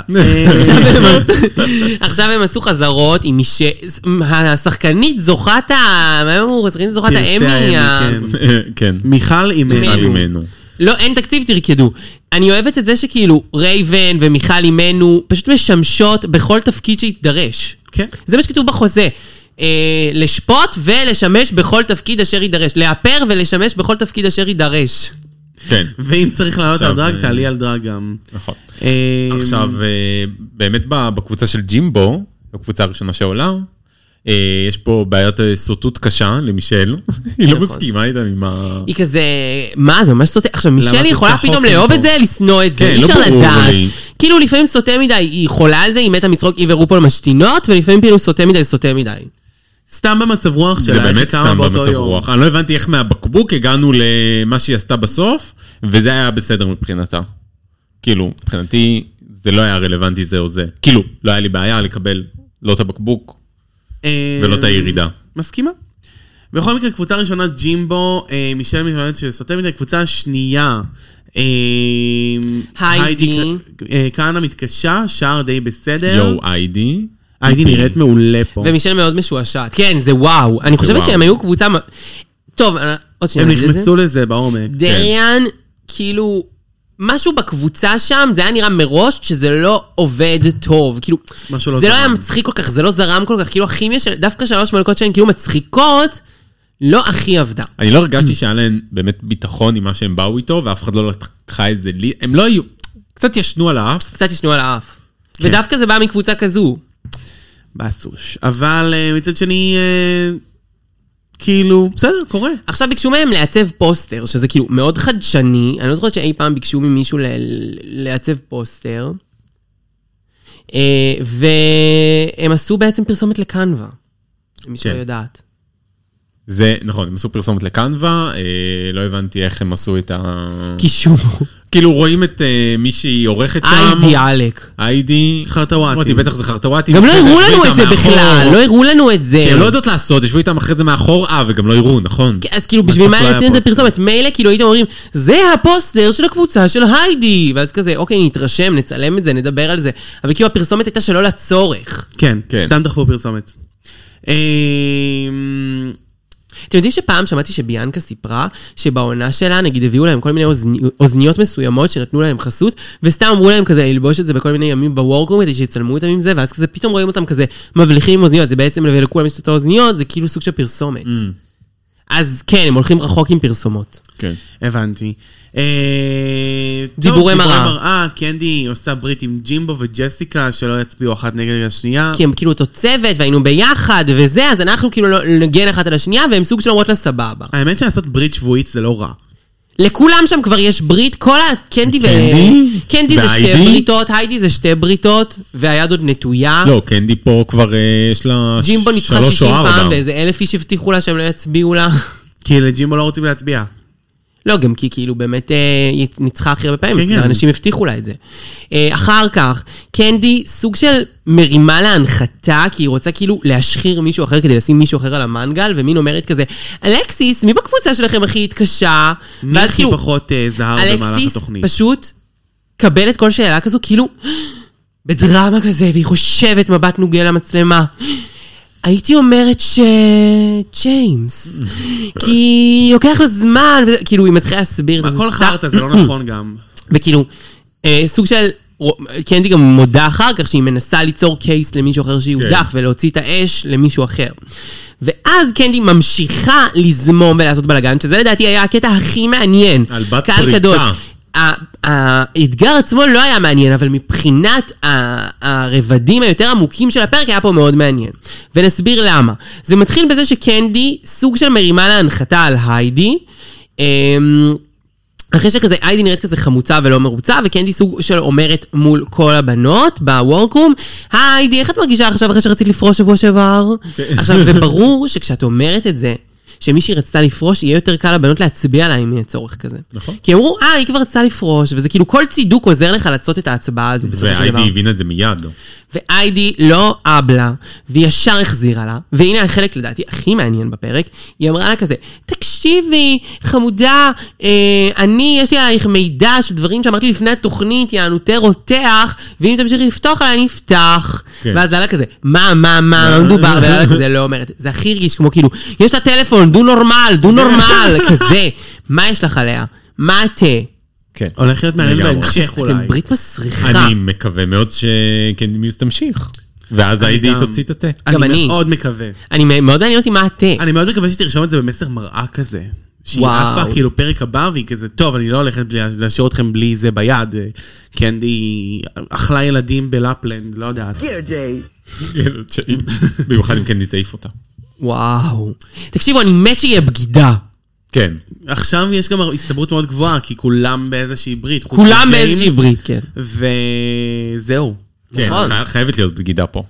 עכשיו הם עשו חזרות עם השחקנית זוכת האמי. כן. מיכל אימנו. לא, אין תקציב, תרקדו. אני אוהבת את זה שכאילו רייבן ומיכל אימנו פשוט משמשות בכל תפקיד שהתדרש. כן. זה מה שכתוב בחוזה. לשפוט ולשמש בכל תפקיד אשר יידרש. לאפר ולשמש בכל תפקיד אשר יידרש. כן. ואם צריך לעלות על דרג, תעלי על דרג גם. נכון. עכשיו, באמת בקבוצה של ג'ימבו, בקבוצה הראשונה שעולה, יש פה בעיית סוטות קשה למישל. היא לא מסכימה איתה ממה... היא כזה... מה זה ממש סוטה? עכשיו, מישל היא יכולה פתאום לאהוב את זה, לשנוא את זה. אי אפשר לדעת. כאילו לפעמים סוטה מדי, היא חולה על זה, היא מתה מצחוק, היא ורופול משתינות, ולפעמים כאילו סוטה מדי, סוטה מדי. סתם במצב רוח שלה. זה באמת סתם במצב רוח. אני לא הבנתי איך מהבקבוק הגענו למה שהיא עשתה בסוף, וזה היה בסדר מבחינתה. כאילו, מבחינתי, זה לא היה רלוונטי זה או זה. כאילו, לא היה לי בעיה לקבל לא את הבקבוק, ולא את הירידה. מסכימה. בכל מקרה, קבוצה ראשונה, ג'ימבו, מישל מתמודדת שסוטה מדי, קבוצה שנייה, היידי. כהנה מתקשה, שער די בסדר. יו, היידי. היידי נראית מעולה פה. ומישל מאוד משועשעת. כן, זה וואו. אני חושבת שהם היו קבוצה... טוב, עוד שניה. הם נכנסו לזה בעומק. דריאן, כאילו... משהו בקבוצה שם, זה היה נראה מראש שזה לא עובד טוב. כאילו, זה לא היה מצחיק כל כך, זה לא זרם כל כך. כאילו, הכימיה של דווקא 3 מלכות שהן כאילו מצחיקות, לא הכי עבדה. אני לא הרגשתי שהיה להן באמת ביטחון עם מה שהם באו איתו, ואף אחד לא לקחה איזה לי... הם לא היו... קצת ישנו על האף. קצת ישנו על האף. ודווקא זה בא מקבוצה כזו. בסוש. אבל מצד שני... כאילו, בסדר, קורה. עכשיו ביקשו מהם לעצב פוסטר, שזה כאילו מאוד חדשני. אני לא זוכרת שאי פעם ביקשו ממישהו לעצב פוסטר. והם עשו בעצם פרסומת לקנווה. מי שלא יודעת. זה, נכון, הם עשו פרסומת לקנווה, לא הבנתי איך הם עשו את ה... קישור. כאילו רואים את מישהי עורכת שם. היידי עלק. היידי. חרטוואטי. בטח זה חרטוואטי. גם לא הראו לנו את זה בכלל, לא הראו לנו את זה. כי הם לא יודעות לעשות, ישבו איתם אחרי זה מאחור, וגם לא הראו, נכון? אז כאילו בשביל מה לשים את הפרסומת? מילא כאילו הייתם אומרים, זה הפוסטר של הקבוצה של היידי. ואז כזה, אוקיי, נתרשם, נצלם את זה, נדבר על זה. אבל כאילו הפרסומת הייתה שלא לצורך. כן, סתם תחפור פרסומת. אתם יודעים שפעם שמעתי שביאנקה סיפרה שבעונה שלה, נגיד, הביאו להם כל מיני אוזניות מסוימות שנתנו להם חסות, וסתם אמרו להם כזה ללבוש את זה בכל מיני ימים בוורקרום, כדי שיצלמו אותם עם זה, ואז כזה פתאום רואים אותם כזה מבליחים עם אוזניות, זה בעצם לביא לכולם יש את האוזניות, זה כאילו סוג של פרסומת. אז כן, הם הולכים רחוק עם פרסומות. כן. הבנתי. דיבורי מראה. קנדי עושה ברית עם ג'ימבו וג'סיקה, שלא יצביעו אחת נגד השנייה. כי הם כאילו אותו צוות, והיינו ביחד, וזה, אז אנחנו כאילו נגן אחת על השנייה, והם סוג של אומרות לה סבבה. האמת שלעשות ברית שבועית זה לא רע. לכולם שם כבר יש ברית, כל הקנדי קנדי זה שתי בריתות, היידי זה שתי בריתות, והיד עוד נטויה. לא, קנדי פה כבר יש לה 3 או 4. ג'ימבו ניצחה 60 פעם, ואיזה 1,000 איש הבטיחו לה שהם לא יצביעו לה. כי לג'ימבו לא רוצים להצביע. לא, גם כי כאילו באמת ניצחה הכי הרבה פעמים, אז אנשים הבטיחו לה את זה. אחר כך, קנדי סוג של מרימה להנחתה, כי היא רוצה כאילו להשחיר מישהו אחר כדי לשים מישהו אחר על המנגל, ומין אומרת כזה, אלכסיס, מי בקבוצה שלכם הכי התקשה? מי הכי פחות זהר במהלך התוכנית? אלכסיס פשוט קבלת כל שאלה כזו, כאילו בדרמה כזה, והיא חושבת מבט נוגע למצלמה. הייתי אומרת שג'יימס, כי לוקח לו זמן, כאילו היא מתחילה להסביר. הכל חרטה, זה לא נכון גם. וכאילו, סוג של, קנדי גם מודה אחר כך שהיא מנסה ליצור קייס למישהו אחר שיודח, ולהוציא את האש למישהו אחר. ואז קנדי ממשיכה לזמום ולעשות בלגן, שזה לדעתי היה הקטע הכי מעניין. על בת פריטה. האתגר עצמו לא היה מעניין, אבל מבחינת הרבדים היותר עמוקים של הפרק היה פה מאוד מעניין. ונסביר למה. זה מתחיל בזה שקנדי סוג של מרימה להנחתה על היידי, אחרי שכזה היידי נראית כזה חמוצה ולא מרוצה, וקנדי סוג של אומרת מול כל הבנות בוורקרום, היידי, איך את מרגישה עכשיו אחרי שרצית לפרוש שבוע שעבר? עכשיו, וברור שכשאת אומרת את זה, שמישהי רצתה לפרוש, יהיה יותר קל לבנות להצביע עליי אם יהיה צורך כזה. נכון. כי אמרו, היא כבר רצתה לפרוש, וזה כאילו כל צידוק עוזר לך לעשות את ההצבעה הזו. והיידי הבין את זה מיד. והיידי לא אבלה, והיא ישר החזירה לה, והנה החלק לדעתי הכי מעניין בפרק, היא אמרה לה כזה, תקשיבי, חמודה, יש לי עלייך מידע של דברים שאמרתי לפני התוכנית, יענו רותח, ואם תמשיכי לפתוח עליי, אני אפתח. ואז לה כזה, מה מדובר, ולה כזה לא אומרת. זה הכי הרגיש כמו כאילו, יש לה טלפון, דו נורמל, כזה. מה יש לך עליה? מה אתה? כן. הולך להיות מעניין בהמשך אולי. אתם ברית מסריחה. אני מקווה מאוד שקנדימיוס תמשיך. ואז היידי תוציא את התה. אני מאוד מקווה. אני מאוד מעניין אותי מה התה. אני מאוד מקווה שתרשום את זה במסר מראה כזה. שהיא עפה כאילו פרק הבא, והיא כזה, טוב, אני לא הולכת להשאיר אתכם בלי זה ביד. קנדי אכלה ילדים בלפלנד, לא יודעת. במיוחד אם קנדי תעיף אותה. וואו. תקשיבו, אני מת שיהיה בגידה. כן. עכשיו יש גם הסתברות מאוד גבוהה, כי כולם באיזושהי ברית. כולם באיזושהי ברית, כן. וזהו. כן, חייבת להיות בגידה פה.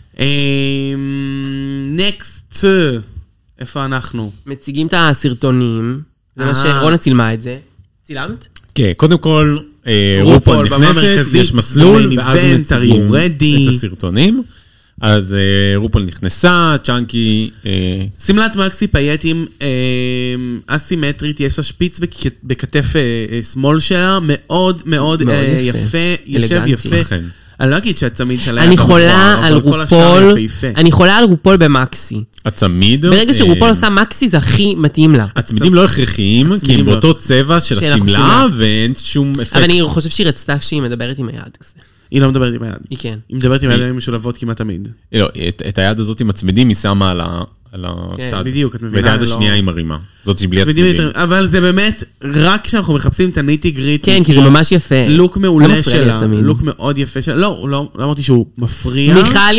נקסט. איפה אנחנו? מציגים את הסרטונים. זה מה שרונה צילמה את זה. צילמת? כן, קודם כל, רופול נכנסת, יש מסלול, ואז מציגים את הסרטונים. אז רופול נכנסה, צ'אנקי... סמלת מקסי פייטים אסימטרית, יש לה שפיץ בכתף שמאל שלה, מאוד מאוד יפה, יושב יפה. אני לא אגיד שהצמיד שלה אני חולה על רופול במקסי. הצמיד... ברגע שרופול עושה מקסי זה הכי מתאים לה. הצמידים לא הכרחיים, כי הם באותו צבע של הסמלה, ואין שום אפקט. אבל אני חושב שהיא רצתה שהיא מדברת עם היד כזה. היא לא מדברת עם היד. היא כן. היא מדברת עם הידיים משולבות כמעט תמיד. לא, את היד הזאת עם הצמידים היא שמה על הצד. בדיוק, את מבינה. והיד השנייה היא מרימה. זאת שבלי הצמידים. אבל זה באמת, רק כשאנחנו מחפשים את הניטי גריטי. כן, כי זה ממש יפה. לוק מעולה שלה. לוק מאוד יפה שלה. לא אמרתי שהוא מפריע. מיכל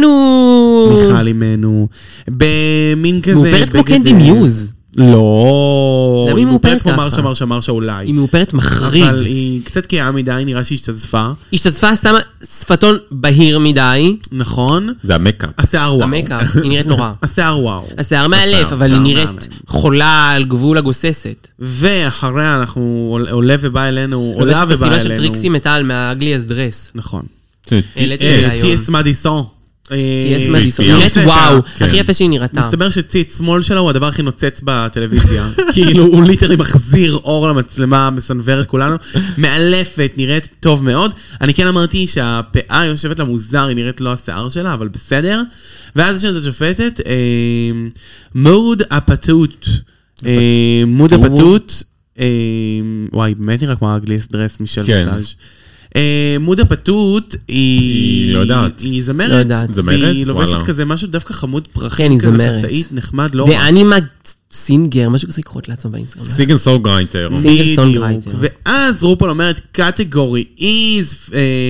אימנו. במין כזה... מאופרת כמו קנדי מיוז. לא, היא מאופרת כמו מרשה אולי. היא מאופרת מחריד. אבל היא קצת קהה מדי, נראה שהיא השתזפה. היא השתזפה, שמה שפתון בהיר מדי. נכון. זה המקאפ. השיער וואו. המקאפ, היא נראית נורא. השיער וואו. השיער מאלף, אבל היא נראית חולה על גבול הגוססת. ואחריה אנחנו עולה ובא אלינו. יש פסילה של טריקסי מטל מהאגליאס דרס. נכון. T.S. מדיסון. נראית וואו, הכי יפה שהיא נראתה. מסתבר שציץ שמאל שלה הוא הדבר הכי נוצץ בטלוויזיה. כאילו הוא ליטרלי מחזיר אור למצלמה, מסנוורת כולנו. מאלפת, נראית טוב מאוד. אני כן אמרתי שהפאה יושבת לה מוזר, היא נראית לא השיער שלה, אבל בסדר. ואז יש לנו את השופטת, מוד אפטוט. מוד אפטוט. וואי, באמת נראה כמו האגליס דרס מישל סאז'. מודה פטוט היא זמרת, והיא לובשת כזה משהו דווקא חמוד פרחים, כזה חצאית, נחמד, לא רע. ואנימה סינגר, משהו כזה יקרות לעצמם באינסטגרם. סינגר סונגרייטר. ואז רופול אומרת, קטגורי is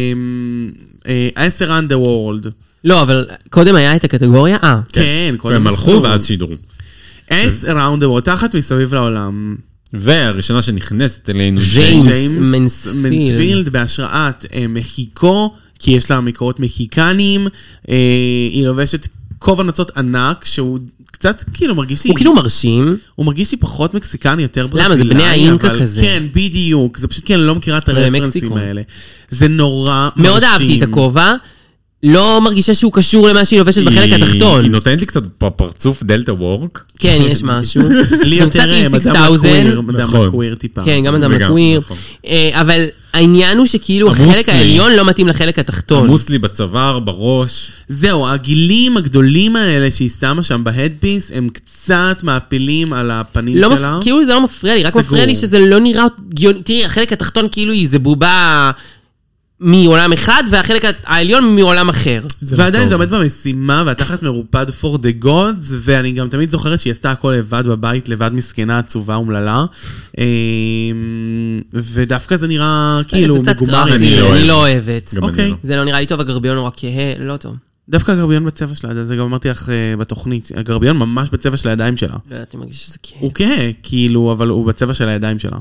10 underworld. לא, אבל קודם היה את הקטגוריה? כן, קודם. הם הלכו ואז שידרו. 10 around the world, תחת מסביב לעולם. והראשונה שנכנסת אלינו, ג'יימס מנספילד, בהשראת מחיקו, כי יש לה מקורות מחיקנים, היא לובשת כובע נצות ענק, שהוא קצת כאילו מרגיש לי... הוא כאילו מרשים. הוא מרגיש לי פחות מקסיקני, יותר ברזילאי. למה? זה בני האינקה כזה. כן, בדיוק. זה פשוט כי אני לא מכירה את הרפרנסים האלה. זה נורא מרשים. מאוד אהבתי את הכובע. לא מרגישה שהוא קשור למה שהיא לובשת בחלק התחתון. היא נותנת לי קצת פרצוף דלטה וורק. כן, יש משהו. לי יותר מדם לקוויר טיפה. כן, גם מדם לקוויר. אבל העניין הוא שכאילו החלק העליון לא מתאים לחלק התחתון. עמוס לי בצוואר, בראש. זהו, הגילים הגדולים האלה שהיא שמה שם בהדפיס, הם קצת מעפילים על הפנים שלה. כאילו זה לא מפריע לי, רק מפריע לי שזה לא נראה... תראי, החלק התחתון כאילו היא זה בובה... מעולם אחד, והחלק העליון מעולם אחר. ועדיין זה עומד במשימה, והתחת מרופד for the gods, ואני גם תמיד זוכרת שהיא עשתה הכל לבד בבית, לבד מסכנה, עצובה ומללה. ודווקא זה נראה כאילו מגומר. אני לא אוהבת. אוקיי. זה לא נראה לי טוב, הגרביון הוא רק כהה, לא טוב. דווקא הגרביון בצבע שלה, זה גם אמרתי לך בתוכנית, הגרביון ממש בצבע של הידיים שלה. לא יודעת, אני מרגיש שזה כהה. הוא כהה, כאילו, אבל הוא בצבע של הידיים שלה.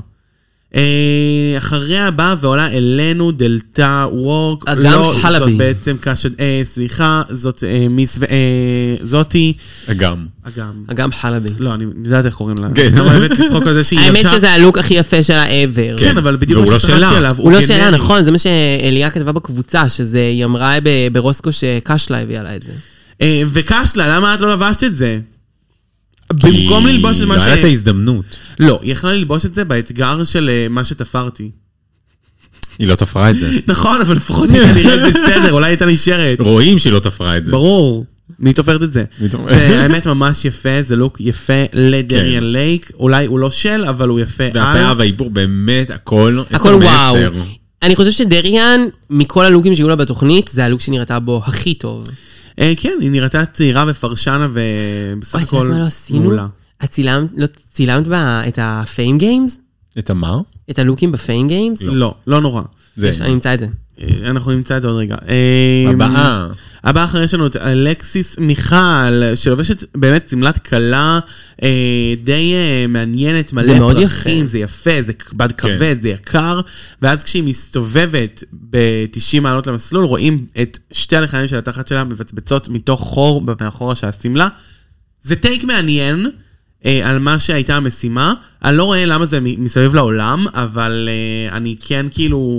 אחריה באה ועולה אלינו דלתה וורק. אגם חלבי. זאת בעצם קשת, סליחה, זאת מיס זאתי. אגם חלבי. לא, אני יודעת איך קוראים לה. למה באמת לצחוק על זה שהיא... האמת שזה הלוק הכי יפה שלה ever. כן, אבל בדיוק מה שתחלתי עליו. הוא לא שאלה, נכון, זה מה שאליה כתבה בקבוצה, שזה היא אמרה ברוסקו שקשלה הביאה לה את זה. וקשלה, למה את לא לבשת את זה? במקום ללבוש את מה לא היה את ההזדמנות. לא, היא יכלה ללבוש את זה באתגר של מה שתפרתי. היא לא תפרה את זה. נכון, אבל לפחות היא נראית בסדר, אולי הייתה נשארת. רואים שהיא לא תפרה את זה. ברור. מי תופרת את זה? זה האמת ממש יפה, זה לוק יפה לדריאן לייק. אולי הוא לא של, אבל הוא יפה. והפאה והעיבור באמת, הכל וואו. אני חושב שדריאן, מכל הלוקים שהיו לה בתוכנית, זה הלוק שנראתה בו הכי טוב. כן, היא נראתה צעירה ופרשנה ובסך הכל מעולה. לא צילמת את הפיים גיימס? את מה? את הלוקים בפיים גיימס? לא, לא נורא. אני נמצא את זה. אנחנו נמצא את זה עוד רגע. הבאה אחרי יש לנו את אלכסיס מיכל, שלובשת באמת סמלת קלה די מעניינת, מלא פרחים, זה יפה, זה בד כבד, זה יקר, ואז כשהיא מסתובבת ב-90 מעלות למסלול, רואים את שתי הלחיים של התחת שלה מבצבצות מתוך חור מאחורה של הסמלה. זה טייק מעניין על מה שהייתה המשימה. אני לא רואה למה זה מסביב לעולם, אבל אני כן כאילו...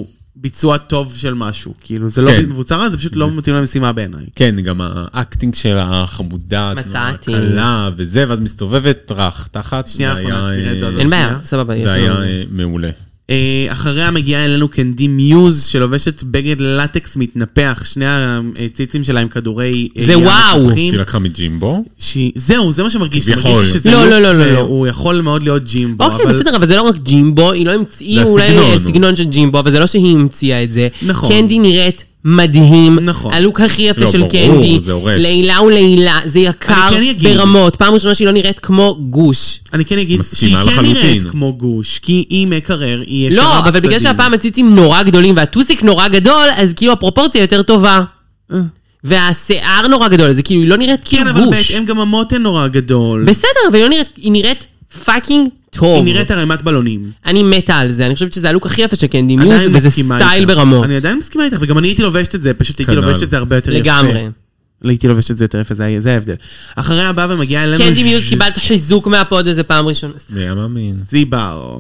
ביצוע טוב של משהו. כאילו, זה לא מבוצע רע, זה פשוט לא מתאים למשימה בעיניי. כן, גם האקטינג של החמודה, מצאתי. קלה וזה, ואז מסתובבת רך תחת. שנייה, אין בעיה, סבבה. זה היה מעולה. אחריה מגיעה אלינו קנדי מיוז, שלובשת בגד לטקס מתנפח, שני הציצים שלה עם כדורי... זה וואו! שהיא לקחה מג'ימבו. זהו, זה מה שמרגיש. יכול. לא. הוא יכול מאוד להיות ג'ימבו. אוקיי, בסדר, אבל זה לא רק ג'ימבו, היא לא המציאה אולי סגנון של ג'ימבו, אבל זה לא שהיא המציאה את זה. נכון. קנדי נראית מדהים. נכון. הלוק הכי יפה לא, של ברור, קנדי. זה הורס. לילה ולילה, זה יקר ברמות. פעם ראשונה שהיא לא נראית כמו גוש. אני כן אגיד שהיא כן נראית כמו גוש, כי היא מקרר, היא ישרה לא, אבל בצדים. בגלל שהפעם הציצים נורא גדולים והטוסיק נורא גדול, אז כאילו הפרופורציה יותר טובה. והשיער נורא גדול, אז כאילו היא לא נראית כאילו כן, אבל גוש. בהתאם גם המותן נורא גדול. בסדר, אבל היא נראית פאקינג טוב. היא נראית הרמת בלונים. אני מתה על זה, אני חושבת שזה הלוק הכי יפה של קנדי מיוז, עדיין וזה מסכימה סטייל איתך. ברמות. אני עדיין מסכימה איתך, וגם אני הייתי לובשת את זה, פשוט הייתי לובשת את זה הרבה יותר יפה. לגמרי. הייתי לובשת את זה יותר יפה, זה ההבדל. אחריה הבאה ומגיעה אלינו... קנדי מיוז קיבלת חיזוק מהפוד הזה פעם ראשונה. מי מאמין? זיבר.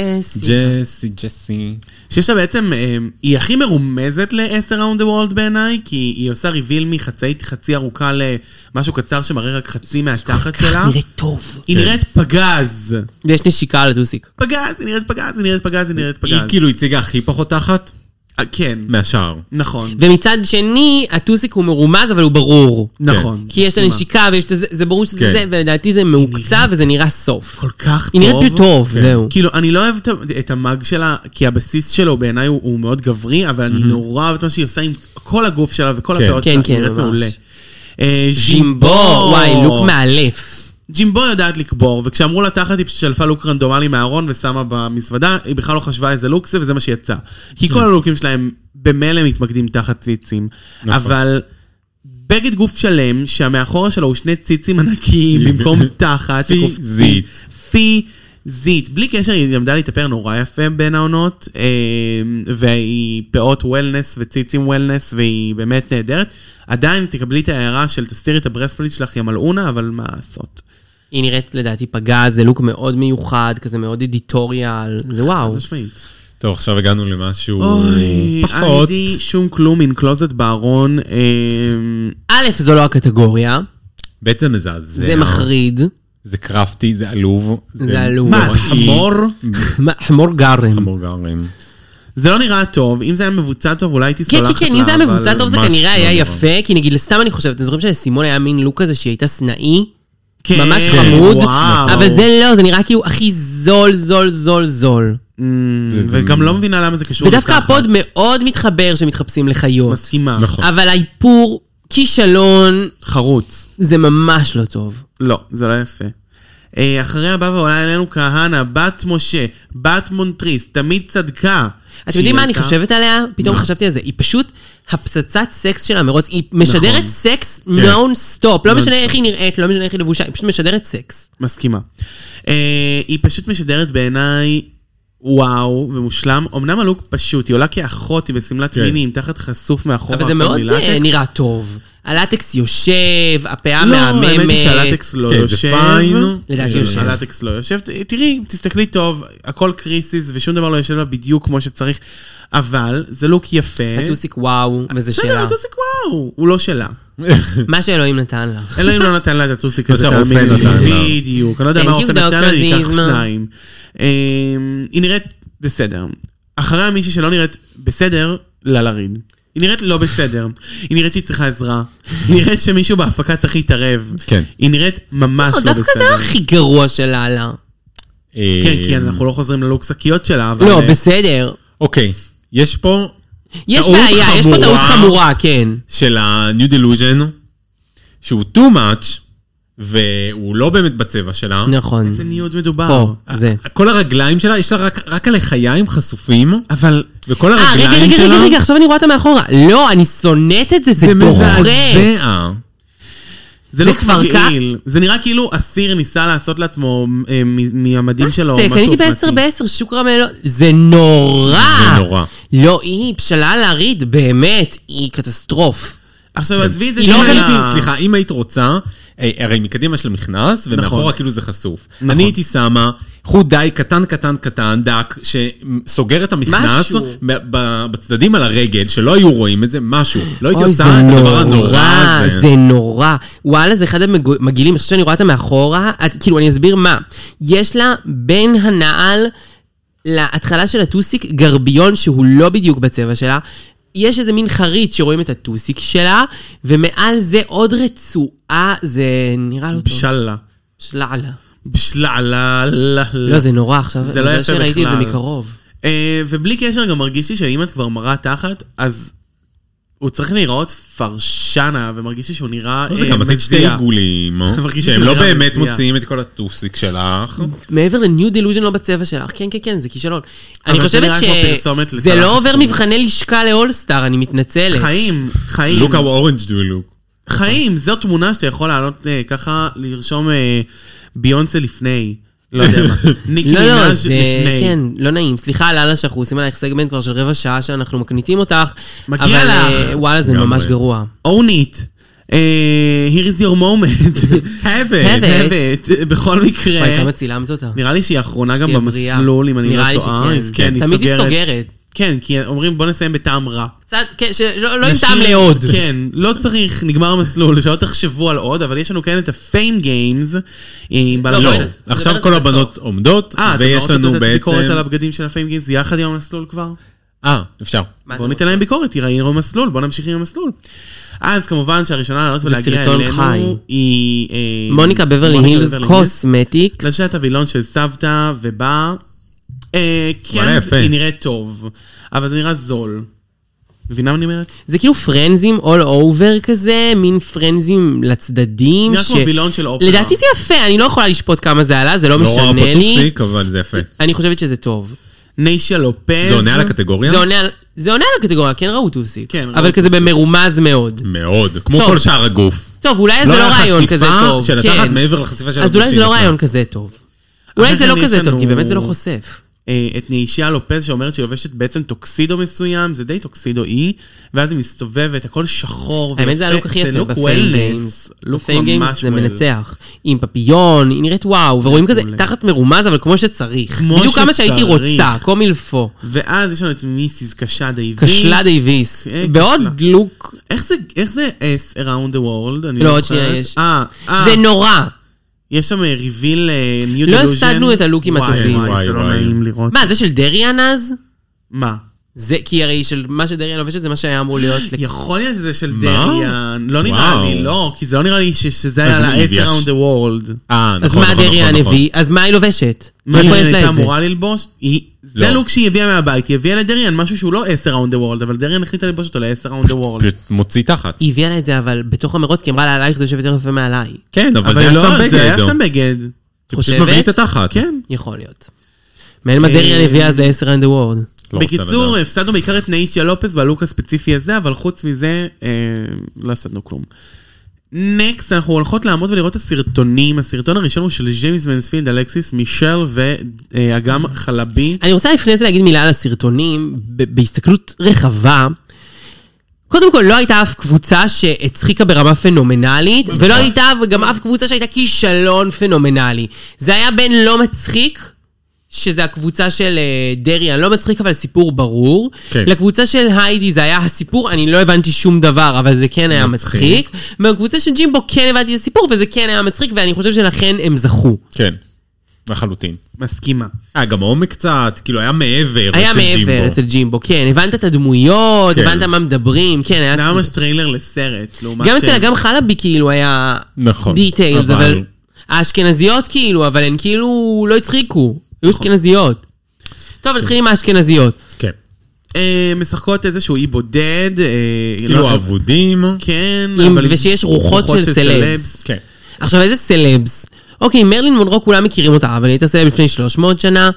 ג'סי. שיש לה בעצם, היא הכי מרומזת ל-10 Around the World בעיניי, כי היא עושה ריביל מחצאית חצי ארוכה למשהו קצר שמראה רק חצי מהתחת שלה. נראית טוב. היא נראית פגז. ויש נשיקה על הטוסיק. פגז, היא נראית פגז. היא כאילו הציגה הכי פחות תחת? כן. מהשאר. נכון. ומצד שני, הטוסיק הוא מרומז, אבל הוא ברור. נכון. כי יש לה נשיקה, זה ברור שזה זה, ולדעתי זה מעוקצה, וזה נראה סוף. כל כך היא טוב. נראית טוב, זהו. כאילו, אני לא אוהבת את המאג שלה, כי הבסיס שלו בעיניי הוא מאוד גברי, אבל אני נורא אוהבת מה שהיא עושה עם כל הגוף שלה וכל הפאות שלה. כן, נראית מעולה. ז'ימבו, וואי, לוק מאלף. ג'ימבו יודעת לקבור, וכשאמרו לה תחת היא פשוט שלפה לוק רנדומלי מהארון ושמה במזוודה, היא בכלל לא חשבה איזה לוק זה, וזה מה שיצא. כי כל הלוקים שלהם במילא מתמקדים תחת ציצים. אבל בגד גוף שלם, שהמאחורה שלו הוא שני ציצים ענקיים, במקום תחת. פיזית. בלי קשר, היא למדה להתאפר נורא יפה בין העונות, והיא פאות וולנס וציצים וולנס, והיא באמת נהדרת. עדיין תקבלי את ההערה של תסתירי את הברספליט שלך ימלאונה, אבל מה לעשות? היא נראית לדעתי פגז, זה לוק מאוד מיוחד, כזה מאוד אדיטוריאל, זה וואו. טוב, עכשיו הגענו למשהו פחות. הייתי שום כלום עם קלוזט בארון. א', זו לא הקטגוריה. בעצם מזעזע. זה מחריד. זה קרפטי, זה עלוב. זה עלוב. מה, חמור? חמור גרם. חמור גרם. זה לא נראה טוב, אם זה היה מבוצע טוב, אולי הייתי סולחת לה. כן, אם זה היה מבוצע טוב, זה כנראה היה יפה, כי נגיד, סתם אני חושבת, אתם זוכרים שלסימון היה מין לוק כזה שהיא הייתה סנאי? ממש חמוד, אבל זה לא, זה נראה כאילו הכי זול. וגם לא מבינה למה זה קשור. ודווקא הפוד מאוד מתחבר שמתחפשים לחיות. מסכימה. אבל האיפור, כישלון, חרוץ. זה ממש לא טוב. לא, זה לא יפה. אחרי הבא ועולה אלינו כהנה, בת משה, בת מונטריס, תמיד צדקה. אתם יודעים מה אני חושבת עליה? פתאום חשבתי על זה. היא פשוט הפצצת סקס של המרוץ. היא משדרת סקס נון סטופ. לא משנה איך היא נראית, לא משנה איך היא לבושה. היא פשוט משדרת סקס. מסכימה. היא פשוט משדרת בעיניי וואו ומושלם. אמנם הלוק פשוט, היא עולה כאחות, היא בסמלת מיני, עם תחת חסוף מאחורה. אבל זה מאוד נראה טוב. הלטקס יושב, הפאה מהממת. לא, האמת היא שהלטקס לא יושב. לדעתי יושב. הלטקס לא יושב. תראי, תסתכלי טוב, הכל קריסיס ושום דבר לא יושב לה בדיוק כמו שצריך. אבל זה לוק יפה. הטוסיק וואו, וזה שלה. בסדר, הטוסיק וואו, הוא לא שלה. מה שאלוהים נתן לה. אלוהים לא נתן לה את הטוסיק הזה. מה שהרופא נתן לה. בדיוק. אני לא יודע מה הרופא נתן לה, אני אקח שניים. היא נראית בסדר. אחריה מישהי שלא נראית בסדר, לריד. היא נראית לא בסדר. היא נראית שהיא צריכה עזרה. היא נראית שמישהו בהפקה צריך להתערב. כן. היא נראית ממש לא בסדר. דווקא זה הכי גרוע של לאלה. כן, כי אנחנו לא חוזרים ללוק שקיות שלה. לא, בסדר. אוקיי, יש פה... יש בעיה, יש פה טעות חמורה, כן. של ה-New Delusion, שהוא too much, והוא לא באמת בצבע שלה. נכון. איזה ניוד מדובר. פה, זה. כל הרגליים שלה, יש לה רק על לחיים חשופים. אבל... וכל הרגליים שלה... רגע, עכשיו אני רואה אותה מאחורה. לא, אני שונאת את זה, זה דוחה. מזעזע. זה לא כבר מגעיל. זה נראה כאילו אסיר ניסה לעשות לעצמו מהמדים שלו. מה זה? קניתי ב10 שוקרה מלא. זה נורא. זה נורא. לא, היא בשלה להריד, באמת, היא קטסטרוף. עכשיו, עזבי את זה סליחה, אם היית רוצה הרי מקדימה של מכנס, ומאחורה כאילו זה חשוף. אני הייתי שמה חוט די קטן, קטן, קטן, דק, שסוגר את המכנס בצדדים על הרגל, שלא היו רואים את זה, משהו. לא הייתי עושה את הדבר הנורא הזה. זה נורא. וואלה, זה אחד המגעילים, אני חושבת שאני רואה אותה מאחורה, כאילו אני אסביר מה. יש לה בין הנעל להתחלה של הטוסיק גרביון שהוא לא בדיוק בצבע שלה, יש איזה מין חריץ שרואים את הטוסיק שלה, ומעל זה עוד רצועה, זה נראה לא טוב. בשלה. בשלעלה. בשלעלה. לא, זה נורא עכשיו. זה לא יפה בכלל. שראיתי את זה מקרוב. ובלי קשר גם מרגיש לי שאם את כבר מראה תחת, אז הוא צריך להיראות פרשנה, ומרגיש לי שהוא נראה זה גם עשית שתי עיגולים, שהם לא באמת מוציאים את כל הטוסיק שלך. מעבר ל-New Delusion לא בצבע שלך. כן, כן, כן, זה כישלון. אני חושבת שזה לא עובר מבחני לשכה לאולסטאר, אני מתנצלת. חיים. Look how orange do you look. חיים, זו תמונה שאתה יכול לעלות ככה, לרשום ביונסה לפני. לא יודע מה. ניקי מנאז' לפני. כן, לא נעים. סליחה, לאללה, שאנחנו עושים עלייך סגמנט כבר של רבע שעה שאנחנו מקניטים אותך. מגיע לך. וואלה, זה ממש גרוע. Own it. Here is your moment. have it. בכל מקרה. וואי, כמה צילמת אותה. נראה לי שהיא האחרונה גם במסלול, אם אני לא טועה. נראה לי שכן. תמיד היא סוגרת. כן, כי אומרים בוא נסיים בטעם רע. קצת, כן, לא עם טעם לעוד. כן, לא צריך, נגמר המסלול, שלא תחשבו על עוד, אבל יש לנו כן את ה-Fame Games. לא, עכשיו כל הבנות עומדות, ויש לנו בעצם... ביקורת על הבגדים של ה-Fame Games, יחד עם המסלול כבר? אפשר. בואו ניתן להם ביקורת, יראו מסלול, בואו נמשיך עם המסלול. אז כמובן שהראשונה לעלות ולהגיע אלינו היא... מוניקה בברלי הילס קוסמטיקס. לשת הווילון של סבתא, ובא... כן, היא נראית טוב, אבל זה נראה זול. מבינה מה אני אומרת? זה כאילו פרנזים all over כזה, מין פרנזים לצדדים. נראה כמו וילון של אופרה. לדעתי זה יפה, אני לא יכולה לשפוט כמה זה עלה, זה לא משנה לי. לא רואה פוטוסיק, אבל זה יפה. אני חושבת שזה טוב. ניישה לופז. זה עונה על הקטגוריה? זה עונה על הקטגוריה, כן ראו טוסיק. אבל כזה במרומז מאוד. מאוד, כמו כל שאר הגוף. טוב, אולי זה לא רעיון כזה טוב. של התחת מעבר לחשיפה של אז אולי זה לא רעיון כזה טוב. אולי זה לא כזה טוב, כי באמת זה לא חושף. את ניישה לופז שאומרת שהיא לובשת בעצם טוקסידו מסוים, זה די טוקסידו אי, ואז היא מסתובבת, הכל שחור. האמת זה הלוק הכי יפה בפיים גיימס. בפיים גיימס זה מנצח. עם פפיון, היא נראית וואו, ורואים כזה תחת מרומז, אבל כמו שצריך. בדיוק כמה שהייתי רוצה, קומילפו. ואז יש לנו את מיסיס קשלה דייביס. קשלה דייביס. בעוד לוק... איך זה S around the world? לא, עוד שנייה יש. זה נורא. יש שם ריביל ניו דלוז'ן. לא הפסדנו את הלוקים הטובים. וואי, זה לא נעים לראות. מה, זה של דריאן אז? מה? זה, כי הרי של מה שדריאן לובשת זה מה שהיה אמור להיות. יכול להיות שזה של דריאן. לא נראה לי, לא, כי זה לא נראה לי שזה היה ל-S around the world. אז מה דריאן הביא? אז מה היא לובשת? איפה יש לה את זה? היא הייתה אמורה ללבוש? זה לוק שהיא הביאה מהבית, היא הביאה לדריאן משהו שהוא לא S around the world, אבל דריאן החליטה ללבוש אותו ל-S around the world. מוציא תחת. היא הביאה לה את זה, אבל בתוך המרוץ, כי אמרה לה עלייך זה יושב יותר יפה מעליי. כן, אבל זה היה סתם בגד. חושבת? מביא את התחת. כן. יכול להיות. מעין מה דריאן הביאה אז ל-S around the world. בקיצור, הפסדנו בעיקר את ניישה לופז והלוק הספציפי הזה, אבל חוץ מזה, לא הפסדנו כלום. נקסט, אנחנו הולכות לעמוד ולראות את הסרטונים. הסרטון הראשון הוא של ג'יימס מנספילד, אלכסיס, מישל ואגם חלבי. אני רוצה לפני זה להגיד מילה על הסרטונים, בהסתכלות רחבה. קודם כל, לא הייתה אף קבוצה שהצחיקה ברמה פנומנלית, ולא הייתה גם אף קבוצה שהייתה כישלון פנומנלי. זה היה בין לא מצחיק, שזה הקבוצה של דריאן, לא מצחיק אבל סיפור ברור. לקבוצה של היידי זה היה הסיפור, אני לא הבנתי שום דבר, אבל זה כן היה מצחיק. מהקבוצה של ג'ימבו כן הבנתי את הסיפור, וזה כן היה מצחיק, ואני חושב שלכן הם זכו. כן, לחלוטין. מסכימה. גם העומק קצת, כאילו היה מעבר היה מעבר אצל ג'ימבו, כן. הבנת את הדמויות, הבנת מה מדברים, כן. היה ממש טריילר לסרט. גם אצל גם חלבי כאילו היה דיטיילס, אבל האשכנזיות כאילו, אבל הן כאילו לא הצחיקו. היו אשכנזיות. טוב, נתחיל עם האשכנזיות. כן. משחקות איזשהו אי בודד. כאילו עבודים. כן. ושיש רוחות של סלבס. כן. עכשיו, איזה סלבס? אוקיי, מרלין מונרו כולם מכירים אותה, אבל היא הייתה סלב לפני 300 שנה,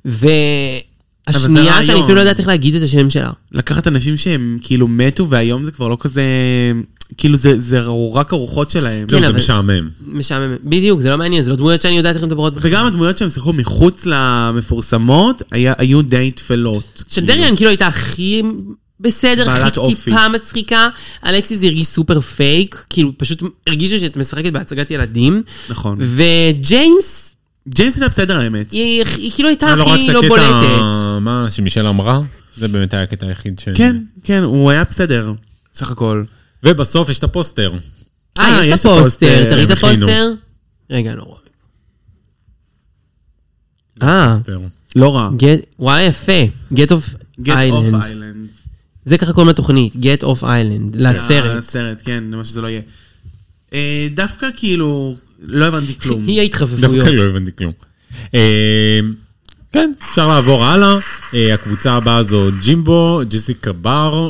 והשנייה שאני אפילו לא יודעת איך להגיד את השם שלה. לקחת אנשים שהם כאילו מתו, והיום זה כבר לא כזה... כאילו זה רק הרוחות שלהם. זה משעמם. משעמם. בדיוק, זה לא מעניין, זה לא דמויות שאני יודעת איך הן מדברות. וגם הדמויות שהם שיחקו מחוץ למפורסמות, היו די תפלות. שדריאן כאילו הייתה הכי בסדר, בעלת אופי. טיפה מצחיקה. אלכסיס הרגיש סופר פייק, כאילו פשוט הרגישו שאת משחקת בהצגת ילדים. נכון. וג'יימס, הייתה בסדר האמת. היא כאילו הייתה לא רק הכי את לא הקטע, בולטת. מה שמישל אמרה, זה באמת היה הקטע היחיד ש... כן, הוא היה בסדר, סך הכל. ובסוף יש את הפוסטר. יש את הפוסטר, תראי את הפוסטר. רגע, לא רואה. פוסטר. לא רע. וואלה יפה, Get of Get off Island. island. זה ככה קוראים לתוכנית, Get of Island, לסרט. לסרט, כן, למה שזה לא יהיה. דווקא כאילו, לא הבנתי כלום. היא ההתחפפויות. דווקא לא הבנתי כלום. כן, אפשר לעבור הלאה. הקבוצה הבאה זו ג'ימבו, ג'סיקה בר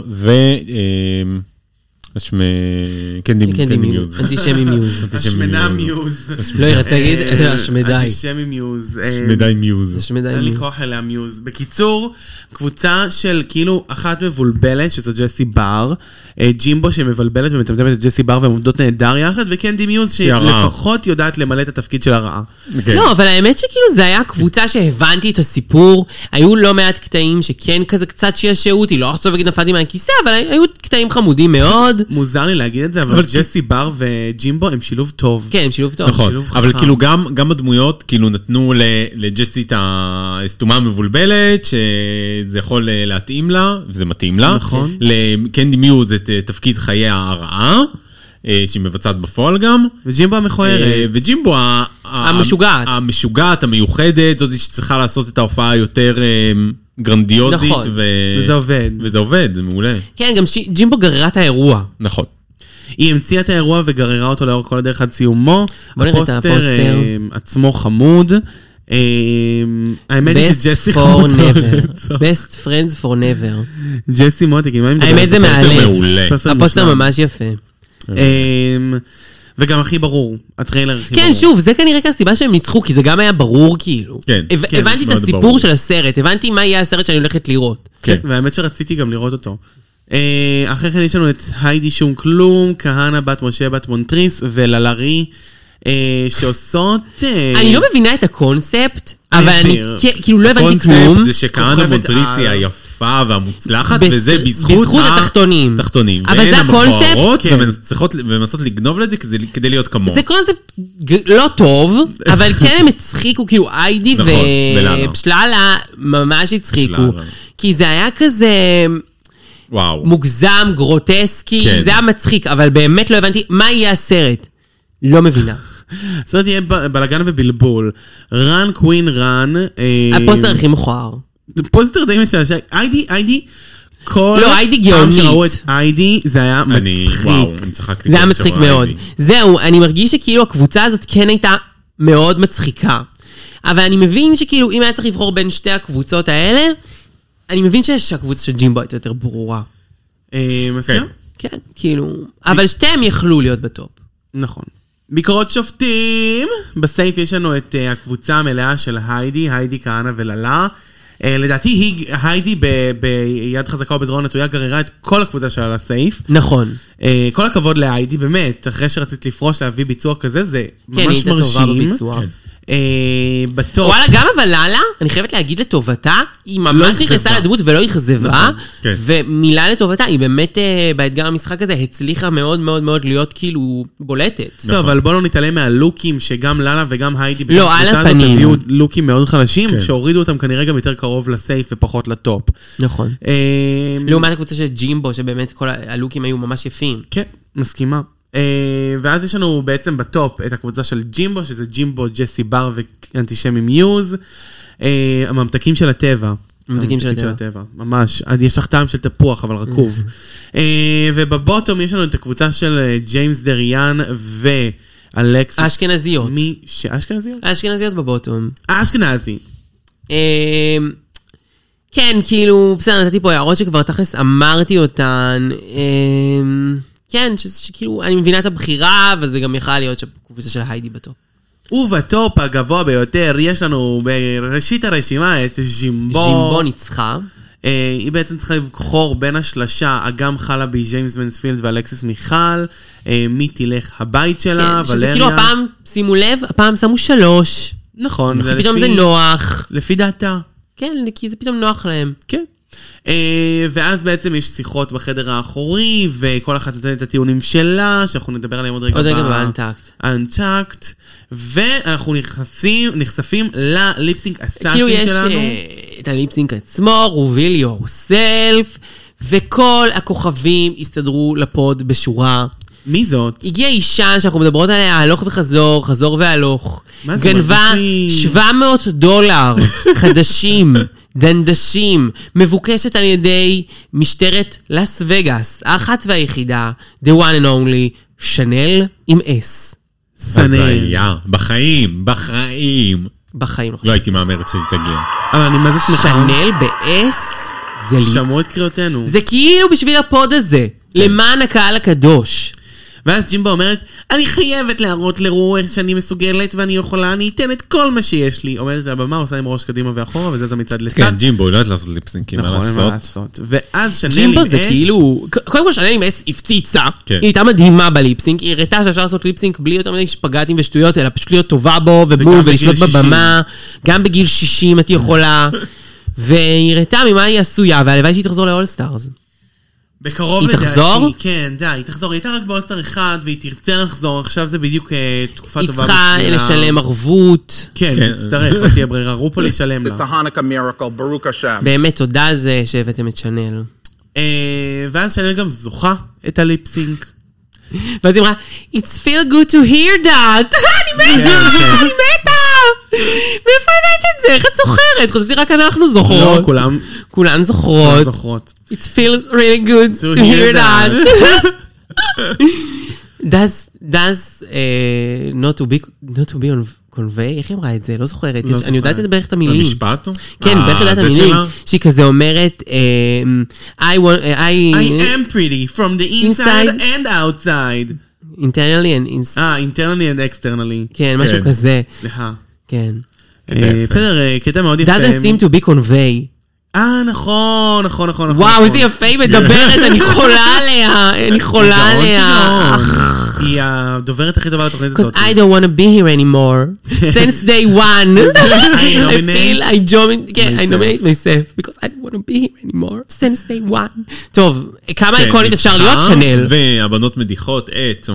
קנדי מיוז. אנטישמי מיוז. השמנה מיוז. לא, היא רצה להגיד השמדי. אנטישמי מיוז. שמדי מיוז. השמדי אין לי מיוז. כוח אליה מיוז. בקיצור, קבוצה של כאילו אחת מבולבלת, שזו ג'סי בר, ג'ימבו שמבלבלת ומטמטמת את ג'סי בר, והן עומדות נהדר יחד, וקנדי מיוז שלפחות יודעת למלא את התפקיד של הרעה. לא, אבל האמת שכאילו זה היה קבוצה שהבנתי את הסיפור, היו לא מעט קטעים שכן כזה קצת שישעו אותי, לא עכשיו אגיד נפלתי מהכיסא, אבל היו קטעים חמודים מאוד. מוזר לי להגיד את זה, אבל ג'סי בר וג'ימבו הם שילוב טוב. כן, הם שילוב טוב. נכון, אבל כאילו גם הדמויות כאילו נתנו לג'סי את הסתומה המבולבלת, שזה יכול להתאים לה, וזה מתאים לה. נכון. לקנדי מיוז את תפקיד חיי הרעה, שהיא מבצעת בפועל גם. וג'ימבו המכוערת. וג'ימבו המשוגעת. המשוגעת, המיוחדת, זאת שצריכה לעשות את ההופעה היותר גרנדיוזית. נכון. וזה עובד. וזה עובד, זה מעולה. כן, גם ג'ימבו גררה את האירוע. נכון. היא המציאה את האירוע וגררה אותו לאור כל הדרך עד סיומו. בוא נראה את הפוסטר. עצמו חמוד. האמת היא שג'סי חמוד. חמוד. Best friends for never. ג'סי מותק, האמת זה מעלה. מעולה. הפוסטר ממש יפה. וגם הכי ברור, הטריילר הכי ברור. כן, שוב, זה כנראה הסיבה שהם ניצחו, כי זה גם היה ברור כאילו. כן. הבנתי את מאוד הסיפור ברור. של הסרט, הבנתי מה יהיה הסרט שאני הולכת לראות. כן, והאמת שרציתי גם לראות אותו. אחרי כן יש לנו את היידי שום כלום, כהנה בת משה בת מונטריס וללרי, שעושות... אני לא מבינה את הקונספט, אבל אני כאילו לא הבנתי כלום. הקונספט זה שכהנה מונטריס היא היפה והמוצלחת, וזה בזכות התחתונים. אבל זה הקונספט. והן מנסות לגנוב לזה כדי להיות כמוה. זה קונספט לא טוב, אבל כן הם הצחיקו, כאילו איידי ושללה ממש הצחיקו. כי זה היה כזה... מוגזם, גרוטסקי, זה היה מצחיק, אבל באמת לא הבנתי מה יהיה הסרט. לא מבינה. הסרט יהיה בלגן ובלבול. רן קווין רן. הפוסטר הכי מכוער. פוסטר די משעשע. איידי, לא, איידי גאונית. פעם שראו את איידי, זה היה מצחיק. אני צחקתי. זה היה מצחיק מאוד. זהו, אני מרגיש שכאילו הקבוצה הזאת כן הייתה מאוד מצחיקה. אבל אני מבין שכאילו אם היה צריך לבחור בין שתי הקבוצות האלה, אני מבין שהקבוצה של ג'ימבו הייתה יותר ברורה. מסכים? כן, כאילו... אבל שתיהם יכלו להיות בטופ. נכון. ביקורות שופטים. בסייף יש לנו את הקבוצה המלאה של היידי, כהנה וללה. לדעתי היידי ביד חזקה או בזרוע נטויה גררה את כל הקבוצה שלה לסייף. נכון. כל הכבוד להיידי, באמת, אחרי שרצית לפרוש להביא ביצוע כזה, זה ממש מרשים. כן, היא הייתה טובה בביצוע. בטוב. וואלה, גם אבל ללה, אני חייבת להגיד לטובתה, היא ממש נכנסה לדמות ולא הכזבה, ומילה לטובתה, היא באמת באתגר המשחק הזה הצליחה מאוד מאוד מאוד להיות כאילו בולטת. טוב, אבל בוא לא נתעלם מהלוקים שגם ללה וגם היידי לא, על הפנים. הביאו לוקים מאוד חלשים, שהורידו אותם כנראה גם יותר קרוב לסייף ופחות לטופ. נכון. לעומת הקבוצה של ג'ימבו, שבאמת כל הלוקים היו ממש יפים. כן, מסכימה. ואז יש לנו בעצם בטופ את הקבוצה של ג'ימבו, שזה ג'ימבו, ג'סי בר ואנטישמי מיוז. הממתקים של הטבע. ממתקים של הטבע. ממש. יש לך טעם של תפוח, אבל רקוב. ובבוטום יש לנו את הקבוצה של ג'יימס דריאן ואלכסיס. האשכנזיות. האשכנזיות? האשכנזיות בבוטום. האשכנזי. כן, כאילו, בסדר, נתתי פה הערות שכבר תכלס אמרתי אותן. כן, שכאילו, אני מבינה את הבחירה, אבל זה גם יכולה להיות שקבוצה של היידי בטופ. ובטופ הגבוה ביותר, יש לנו בראשית הרשימה את ז'ימבו. ז'ימבו ניצחה. היא בעצם צריכה לבחור בין השלשה, אגם חלבי, ג'יימס מנספילד ואלכסיס מיכל, מי תלך הבית שלה, כן, שזה כאילו הפעם, שימו לב, הפעם שמו 3. נכון. פתאום זה נוח. לפי דעתה. כן, כי זה פתאום נוח להם. כן. ואז בעצם יש שיחות בחדר האחורי, וכל אחת נותנת את הטיעונים שלה, שאנחנו נדבר עליהם עוד רגע באנטקט. ואנחנו נחשפים לליפסינק הסאסי שלנו. כאילו יש את הליפסינק עצמו, reveal yourself, וכל הכוכבים הסתדרו לפוד בשורה. מי זאת? הגיעה אישה שאנחנו מדברות עליה, הלוך וחזור, חזור והלוך. גנבה $700 חדשים, דנדשים, מבוקשת על ידי משטרת לס וגאס, האחת והיחידה, the one and only, שנל עם S. סנל. בחיים. לא הייתי מאמרת שהיא תגיע. אבל אני מה זה שמחה? שנל ב-S, זה לי. שמעו את קריאותינו. זה כאילו בשביל הפוד הזה, למען הקהל הקדוש. ואז ג'ימבה אומרת, אני חייבת להראות לרו איך שאני מסוגלת ואני יכולה, אני אתן את כל מה שיש לי. אומרת לבמה, עושה עם ראש קדימה ואחורה, וזה זה מצד לצד. כן, ג'ימבה, היא לא יודעת לעשות ליפסינקים, מה לעשות. ואז שנל עם ג'ימבה זה כאילו, קודם כל שנל עם S הפציצה, היא הייתה מדהימה בליפסינק, היא הראתה שאפשר לעשות ליפסינק בלי יותר מדי שפגטים ושטויות, אלא פשוט להיות טובה בו ובול ולשלוט בבמה, גם בגיל 60 את יכולה, והיא הראתה ממה היא עשויה, והלוואי שהיא תחזור לאולסטארס. בקרוב היא תחזור? כן, די, היא תחזור. היא הייתה רק באולסטאר אחד, והיא תרצה לחזור. עכשיו זה בדיוק תקופה טובה בשבילה. היא צריכה לשלם ערבות. כן, היא תצטרך, לא תהיה ברירה. רופו לשלם לה. It's a Hanukkah miracle, Baruch Hashem. באמת, תודה על זה שהבאתם את שנל. ואז שנל גם זוכה את הליפסינק. ואז היא אמרה, It's feel good to hear that. אני מתה. מאיפה הבאת את זה? איך את זוכרת? חושבתי רק אנחנו זוכרות. לא, כולן זוכרות. It feels really good to hear that. Does not to be convey? איך היא אמרה את זה? לא זוכרת. אני יודעת את בערך את המילים. המשפט? כן, בערך יודעת את המילים. שהיא כזה אומרת, I am pretty from the inside and outside. internally and externally. כן, משהו כזה. סליחה. כן. בסדר, קטע מאוד יפה. Doesn't seem to be convey. נכון. וואו, איזה יפה היא מדברת, אני חולה עליה. היא הדוברת הכי טובה לתוכנית הזאת. Because I don't want to be here anymore. Since day one. I nominate myself. Because I don't want to be here anymore. Since day one. טוב, כמה איקונית אפשר להיות שנל? והבנות מדיחות את...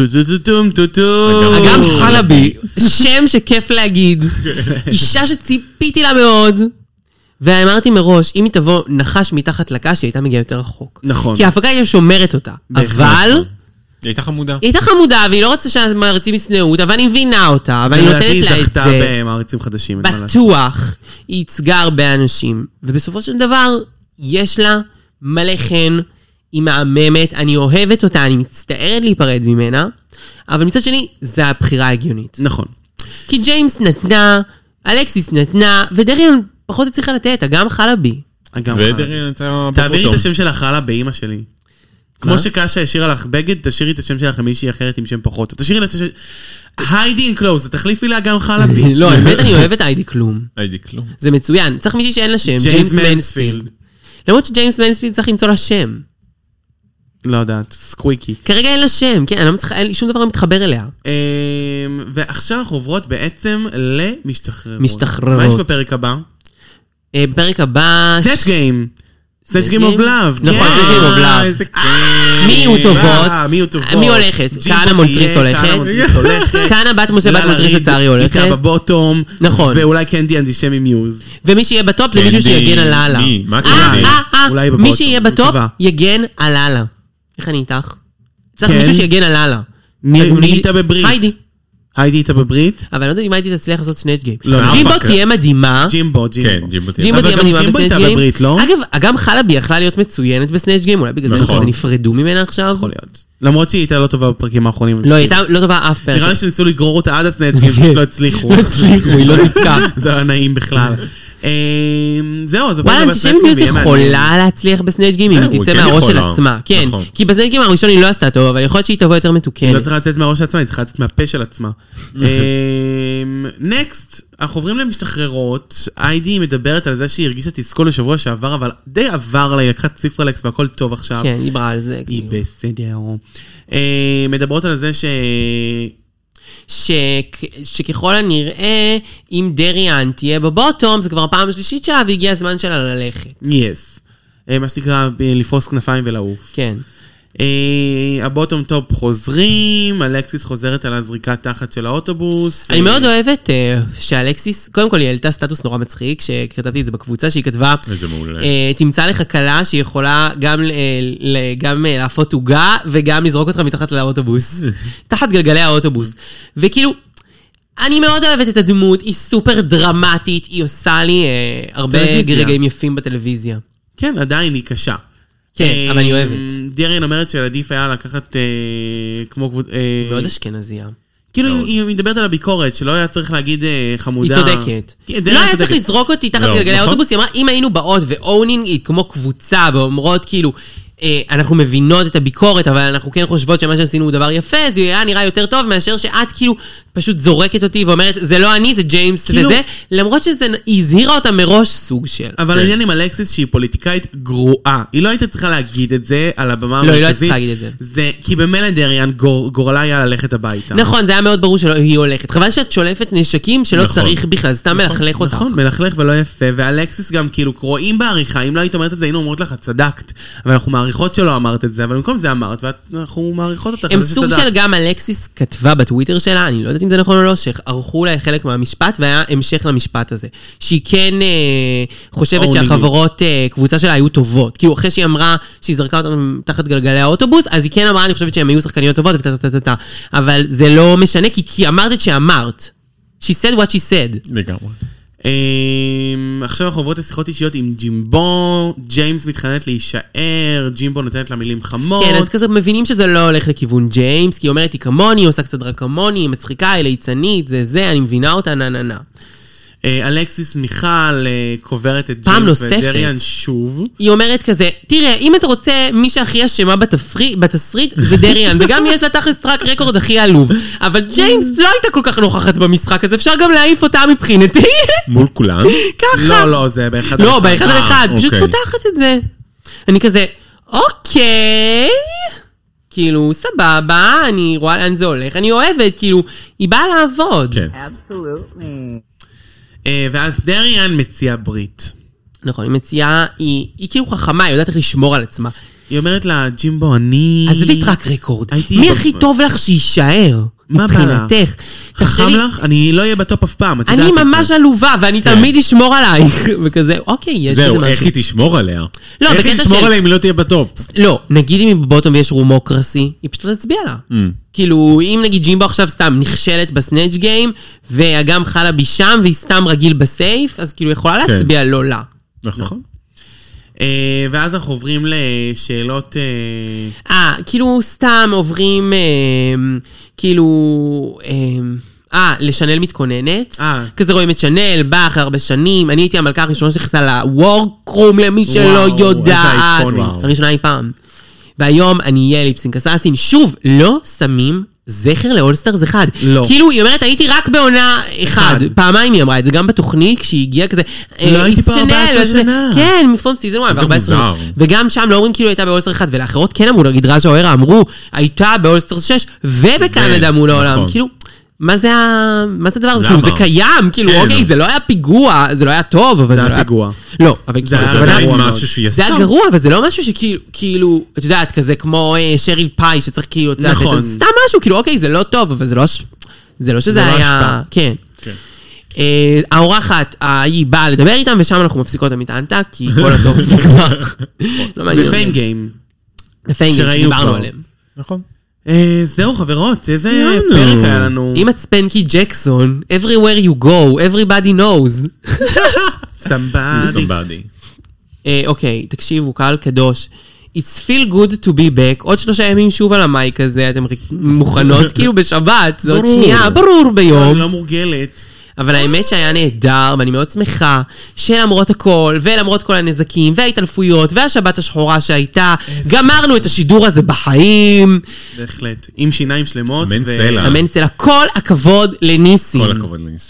אגם חלבי, שם שכיף להגיד. אישה שציפיתי לה מאוד. ואמרתי מראש, אם היא תבוא נחש מתחת לקש, היא הייתה מגיעה יותר רחוק. נכון. כי ההפקה היא שומרת אותה. אבל... היא הייתה חמודה. היא הייתה חמודה, והיא לא רוצה שהמעריצים יסנאו אותה, ואני מבינה אותה, ואני נותנת לה את זה. היא זכתה במעריצים חדשים. בטוח, היא ייצגה הרבה אנשים. ובסופו של דבר, יש לה מלא חן, היא מהממת, אני אוהבת אותה, אני מצטערת להיפרד ממנה, אבל מצד שני, זה הבחירה ההגיונית. נכון. כי ג'יימס נתנה, אלכסיס נתנה, ודריון פחות הצליחה לתת, אגם חלבי. תעבירי את השם שלך הלאה באמא שלי. כמו שקשה השאירה לך בגד, תשאירי את השם שלך מישהי אחרת עם שם פחות. תשאירי את השם... היידי אין קלוז, תחליפי לה אגם חלבי. לא, באמת אני אוהבת היידי כלום. היידי כלום. זה מצוין. צריך מישהי שאין לה שם. ג'יימס מנספילד. למרות שג'יימס מנספילד צריך למצוא לה שם. לא יודעת, סקוויקי. כרגע אין לה שם, כן, אין לי שום דבר מתחבר אליה. ועכשיו אנחנו עוברות בעצם למשתחררות. משתחררות. מה יש בפרק הבא? בפרק הבא... Snatch Game. Snatch Game of Love. נכון, Snatch Game of Love. מי יהיו טובות? מי הולכת? קאנה מולטריס הולכת. קאנה בת משה בת מולטריס לצערי הולכת. איתה בבוטום. נכון. ואולי קנדי אנטישמי מיוז. ומי שיהיה בטופ זה מישהו שיגן על הלאה. מי? מה קנדי? מי שיהיה בטופ יגן על הלאה. איך אני איתך? צריך מישהו שיגן על הלאה. מי איתה בברית? היידי איתה בברית? אבל אני לא יודעת אם הייתי תצליח לעשות סנאצ' גיים. לא, ג'ימבו תהיה מדהימה. ג'ימבו תהיה מדהימה בסנאצ' גיים. אגב, אגם חלבי יכלה להיות מצוינת בסנאצ' גיים, אולי בגלל זה נפרדו ממנה עכשיו. יכול להיות. למרות שהיא הייתה לא טובה בפרקים האחרונים. לא, היא הייתה לא טובה אף פרק. נראה לי שניסו לגרור אותה עד הסנאצ' גיים, פשוט לא הצליחו. היא לא סיפקה. זה לא נעים בכלל. זהו, זה וואלה, אנטישמי מיוז יכולה להצליח בסנאצ' גיים אם היא תצא מהראש של עצמה. כן, כי בסנאצ' גיים הראשון היא לא עשתה טוב, אבל יכול להיות שהיא תבוא יותר מתוקנת. היא לא צריכה לצאת מהראש של עצמה, היא צריכה לצאת מהפה של עצמה. נקסט, אנחנו עוברים למשתחררות. היידי מדברת על זה שהיא הרגישה תסכול לשבוע שעבר, אבל די עבר לה, היא לקחה ציפרלקס והכל טוב עכשיו. כן, היא דיברה על זה. היא בסדר. מדברות על זה שככל הנראה, אם דריאן תהיה בבוטום, זה כבר הפעם השלישית שלה, והגיע הזמן שלה ללכת. Yes. מה שתקרא לפרוס כנפיים ולעוף. כן. הבוטום טופ חוזרים, אלקסיס חוזרת על הזריקת תחת של האוטובוס. אני מאוד אוהבת שאלקסיס, קודם כל היא העלתה סטטוס נורא מצחיק, שכתבתי את זה בקבוצה, שהיא כתבה, תמצא לך קלה שהיא יכולה גם להפות עוגה, וגם לזרוק אותך מתחת לאוטובוס. תחת גלגלי האוטובוס. וכאילו, אני מאוד אוהבת את הדמות, היא סופר דרמטית, היא עושה לי הרבה רגעים יפים בטלוויזיה. כן, עדיין היא קשה. כן, אבל אני אוהבת. דריאן אומרת שעדיף היה לקחת כמו... מאוד אשכנזייה. כאילו היא מדברת על הביקורת, שלא היה צריך להגיד חמודה. היא צודקת. לא היה צריך לזרוק אותי תחת גלגלי האוטובוס, היא אמרה, אם היינו באות ואונינג היא כמו קבוצה, ואומרות כאילו, אנחנו מבינות את הביקורת, אבל אנחנו כן חושבות שמה שעשינו הוא דבר יפה, זה היה נראה יותר טוב מאשר שאת כאילו פשוט זורקת אותי ואומרת, זה לא אני, זה ג'יימס וזה, למרות שזה הזהירה אותה מראש סוג של. אבל העניין עם אלקסיס שהיא פוליטיקאית גרועה, היא לא הייתה צריכה להגיד את זה על הבמה המרכזית. לא, היא לא הייתה צריכה להגיד את זה. כי במילא דריאן גורלה היה ללכת הביתה. נכון, זה היה מאוד ברור שהיא הולכת. חבל שאת שולפת נשקים שלא צריך בכלל, סתם מלכלך אותך. נכון, מלכלך ולא יפה, ואלקסיס גם כאילו קרואים בעריכה, אם לא היית אומרת את זה, היינו אומרות לך, צדקת. אבל אנחנו מעריכות שלא אמרת את זה, אבל במקום זה אמרת, ואנחנו מעריכות אותך. הם סוג של גם אלקסיס כתבה בטוויטר שלה, אני לא יודעת אם זה נכון או לא, שערכו לה חלק מהמשפט, והיה המשך למשפט הזה. שהיא כן חושבת שהחברות, קבוצה שלה היו טובות. כאילו, אחרי שהיא אמרה שהיא זרקה אותם תחת גלגלי האוטובוס, אז היא כן אמרה, אני חושבת שהן היו שחקניות טובות, אבל זה לא משנה, כי אמרת את שאמרת. She said what she said. לגמרי. עכשיו אנחנו עוברות לשיחות אישיות עם ג'ימבו, ג'יימס מתחננת להישאר, ג'ימבו נותנת לה מילים חמות. כן, אז כזה מבינים שזה לא הולך לכיוון ג'יימס, כי היא אומרת, היא כמוני, היא עושה קצת רק כמוני, היא מצחיקה, היא ליצנית, זה, אני מבינה אותה, נה. אלקסיס מיכל קוברת את ג'יימס ודריאן שוב. היא אומרת כזה, תראה, אם אתה רוצה מי שהכי אשמה בתסריט זה דריאן, וגם יש לה תכלס טראק רקורד הכי עלוב. אבל ג'יימס לא הייתה כל כך נוכחת במשחק, אז אפשר גם להעיף אותה מבחינתי. מול כולם? ככה. לא, זה באחד על אחד. לא, באחד על אחד, פשוט פותחת את זה. אני כזה, אוקיי. כאילו, סבבה, אני רואה לאן זה הולך, אני אוהבת, כאילו, היא באה לעבוד. כן. ואז דריאן מציעה ברית. נכון, היא מציעה, היא כאילו חכמה, היא יודעת איך לשמור על עצמה. היא אומרת לה, ג'ימבו, אני... אז הביא טראק רקורד. מי הכי טוב לך שישאר? מבחינתך. חכם לך? אני לא אהיה בטופ אף פעם. אני ממש עלובה, ואני תמיד אשמור עלייך. וכזה, אוקיי, יש בזה משהו. זהו, איך היא תשמור עליה? לא, איך היא תשמור עליה אם היא לא תהיה בטופ? לא, נגיד אם היא בבוטום ויש רומוקרסי, היא פשוט תצביע לה. כאילו, אם נגיד ג'ימבו עכשיו סתם נכשלת בסנאץ' גיים, והגם חלה בי שם, והיא סתם רגיל בסייף, אז כאילו יכולה להצביע לא לה. נכון. ואז אנחנו עוברים לשאלות... כאילו סתם עוברים, כאילו... לשנל מתכוננת. כזה רואים את שנל, בא אחרי הרבה שנים. אני הייתי המלכה הראשונה שכנסה לוורקרום, למי שלא יודעת. הראשונה אי פעם. והיום אני אהיה ליפסינק אסאסין. שוב, לא שמים זכר לאולסטרס אחד. לא. כאילו, היא אומרת, הייתי רק בעונה אחד. פעמיים היא אמרה את זה, גם בתוכנית, כשהיא הגיעה כזה... לא הייתי פה 14 שנה. כן, מפרום סיזן 1. זה מוזר. וגם שם לא אומרים כאילו הייתה באולסטר אחד, ולאחרות כן אמרו, נגיד ראז'ה אוהרה אמרו, הייתה באולסטר 6, ובקנדה מול העולם. כאילו, מה זה הדבר הזה? כאילו, זה קיים, כאילו, אוקיי, זה לא היה פיגוע, זה לא היה טוב, אבל זה היה פיגוע. לא, אבל זה היה גרוע, אבל זה לא משהו שכאילו, את יודעת, כזה כמו שריל פאי, שצריך כאילו, נכון. סתם משהו, כאילו, אוקיי, זה לא טוב, אבל זה לא שזה היה... כן. האורחת, היא באה לדבר איתם, ושם אנחנו מפסיקות המטענתה, כי כל הטוב נגמר. ופיין גיים. ופיין גיים, שדיברנו עליהם. נכון. זהו חברות, איזה פרק היה לנו. אם את ספנקי ג'קסון, everywhere you go, everybody knows. somebody. אוקיי, תקשיבו, קהל קדוש. It's feel good to be back. עוד 3 ימים שוב על המייק הזה, אתם מוכנות כאילו בשבת, זה עוד שנייה, ברור ביום. אני לא מורגלת. אבל האמת שהיה נהדר, ואני מאוד שמחה, שלמרות הכל, ולמרות כל הנזקים, וההתעלפויות, והשבת השחורה שהייתה, גמרנו את השידור הזה בחיים. בהחלט. עם שיניים שלמות. אמן סלע. אמן סלע. כל הכבוד לניסים. כל הכבוד לניסים.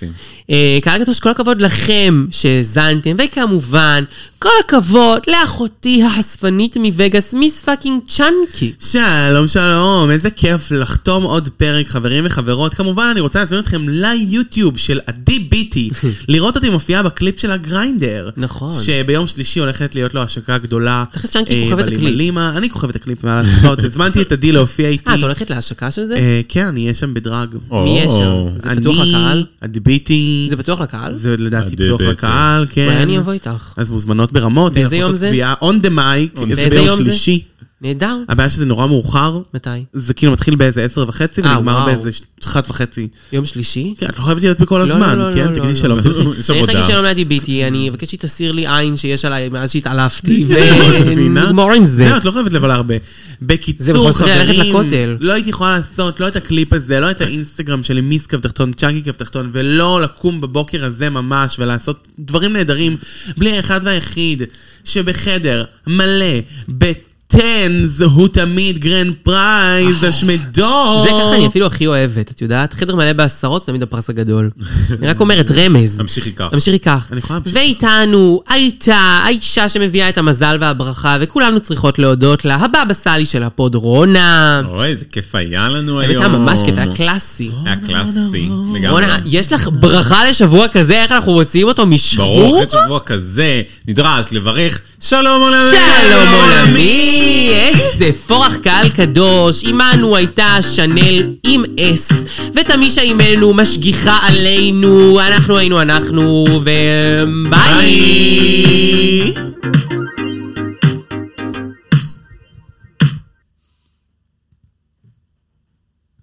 קהל קדוש, כל הכבוד לכם שהזנתם, וכמובן, כל הכבוד לאחותי החשפנית מווגאס, מיס פאקינג צ'אנקי. שלום שלום, איזה כיף לחתום עוד פרק, חברים וחברות. כמובן אני רוצה להזמין אתכם ליוטיוב של עדי ביטי, לראות אותי מופיעה בקליפ של הגריינדר. נכון. שביום שלישי הולכת להיות לו השקה גדולה. תכף צ'אנקי כוכב את הקליפ. אני כוכב את הקליפ, הזמנתי את עדי להופיע איתי. את הולכת להשקה של זה? כן, אני אהיה שם בדרג. מי יהיה שם? זה פתוח לקהל? עדי ביטי. זה פתוח לקהל? זה לדעתי פתוח לקהל, כן. אולי אני אבוא איתך. אז מוזמנות ברמות. באיזה יום זה? on the mic, זה באיזה ביום יום זה? שלישי. נהדר. הבעיה שזה נורא מאוחר. מתי? זה כאילו מתחיל באיזה 10:30 ונגמר וואו. באיזה 1:30. יום שלישי? כן, את לא חייבת להיות בכל הזמן, כן? תגידי שלום. יש אני עבודה. אגיד שלום לעדי ביטי, אני אבקש שהיא תסיר לי עין שיש עליי מאז שהתעלפתי, מבינה? ונגמור עם זה. זהו, את לא חייבת לבוא להרבה. זה בקיצור, בכל זאת ללכת לכותל. לא הייתי יכולה לעשות לא את הקליפ הזה, לא את האינסטגרם שלי, מיס קו תחתון, צ'אנקי קו תחתון, ולא לקום בבוקר הזה ממש, ולעשות דברים נהדרים, בלי האחד והיחיד, שבחדר מלא, טנז הוא תמיד גרנד פרייז, השמדות. זה ככה אני אפילו הכי אוהבת, את יודעת? חדר מלא בעשרות, תמיד הפרס הגדול. אני רק אומרת רמז. תמשיכי כך. תמשיכי כך. אני יכולה להמשיך. ואיתנו הייתה האישה שמביאה את המזל והברכה, וכולנו צריכות להודות לה, הבבא סאלי של הפוד רונה. אוי, איזה כיף היה לנו היום. הייתה ממש כיף, היה קלאסי. היה קלאסי, לגמרי. רונה, יש לך ברכה לשבוע כזה, איך אנחנו מוציאים אותו משחור? ברור, אחרי שבוע כזה נדרש לברך שלום עולמי. שלום עולמי. איזה פורח קהל קדוש, עמנו הייתה שנל עם אס, ותמישה עמנו משגיחה עלינו, אנחנו היינו אנחנו, וביי.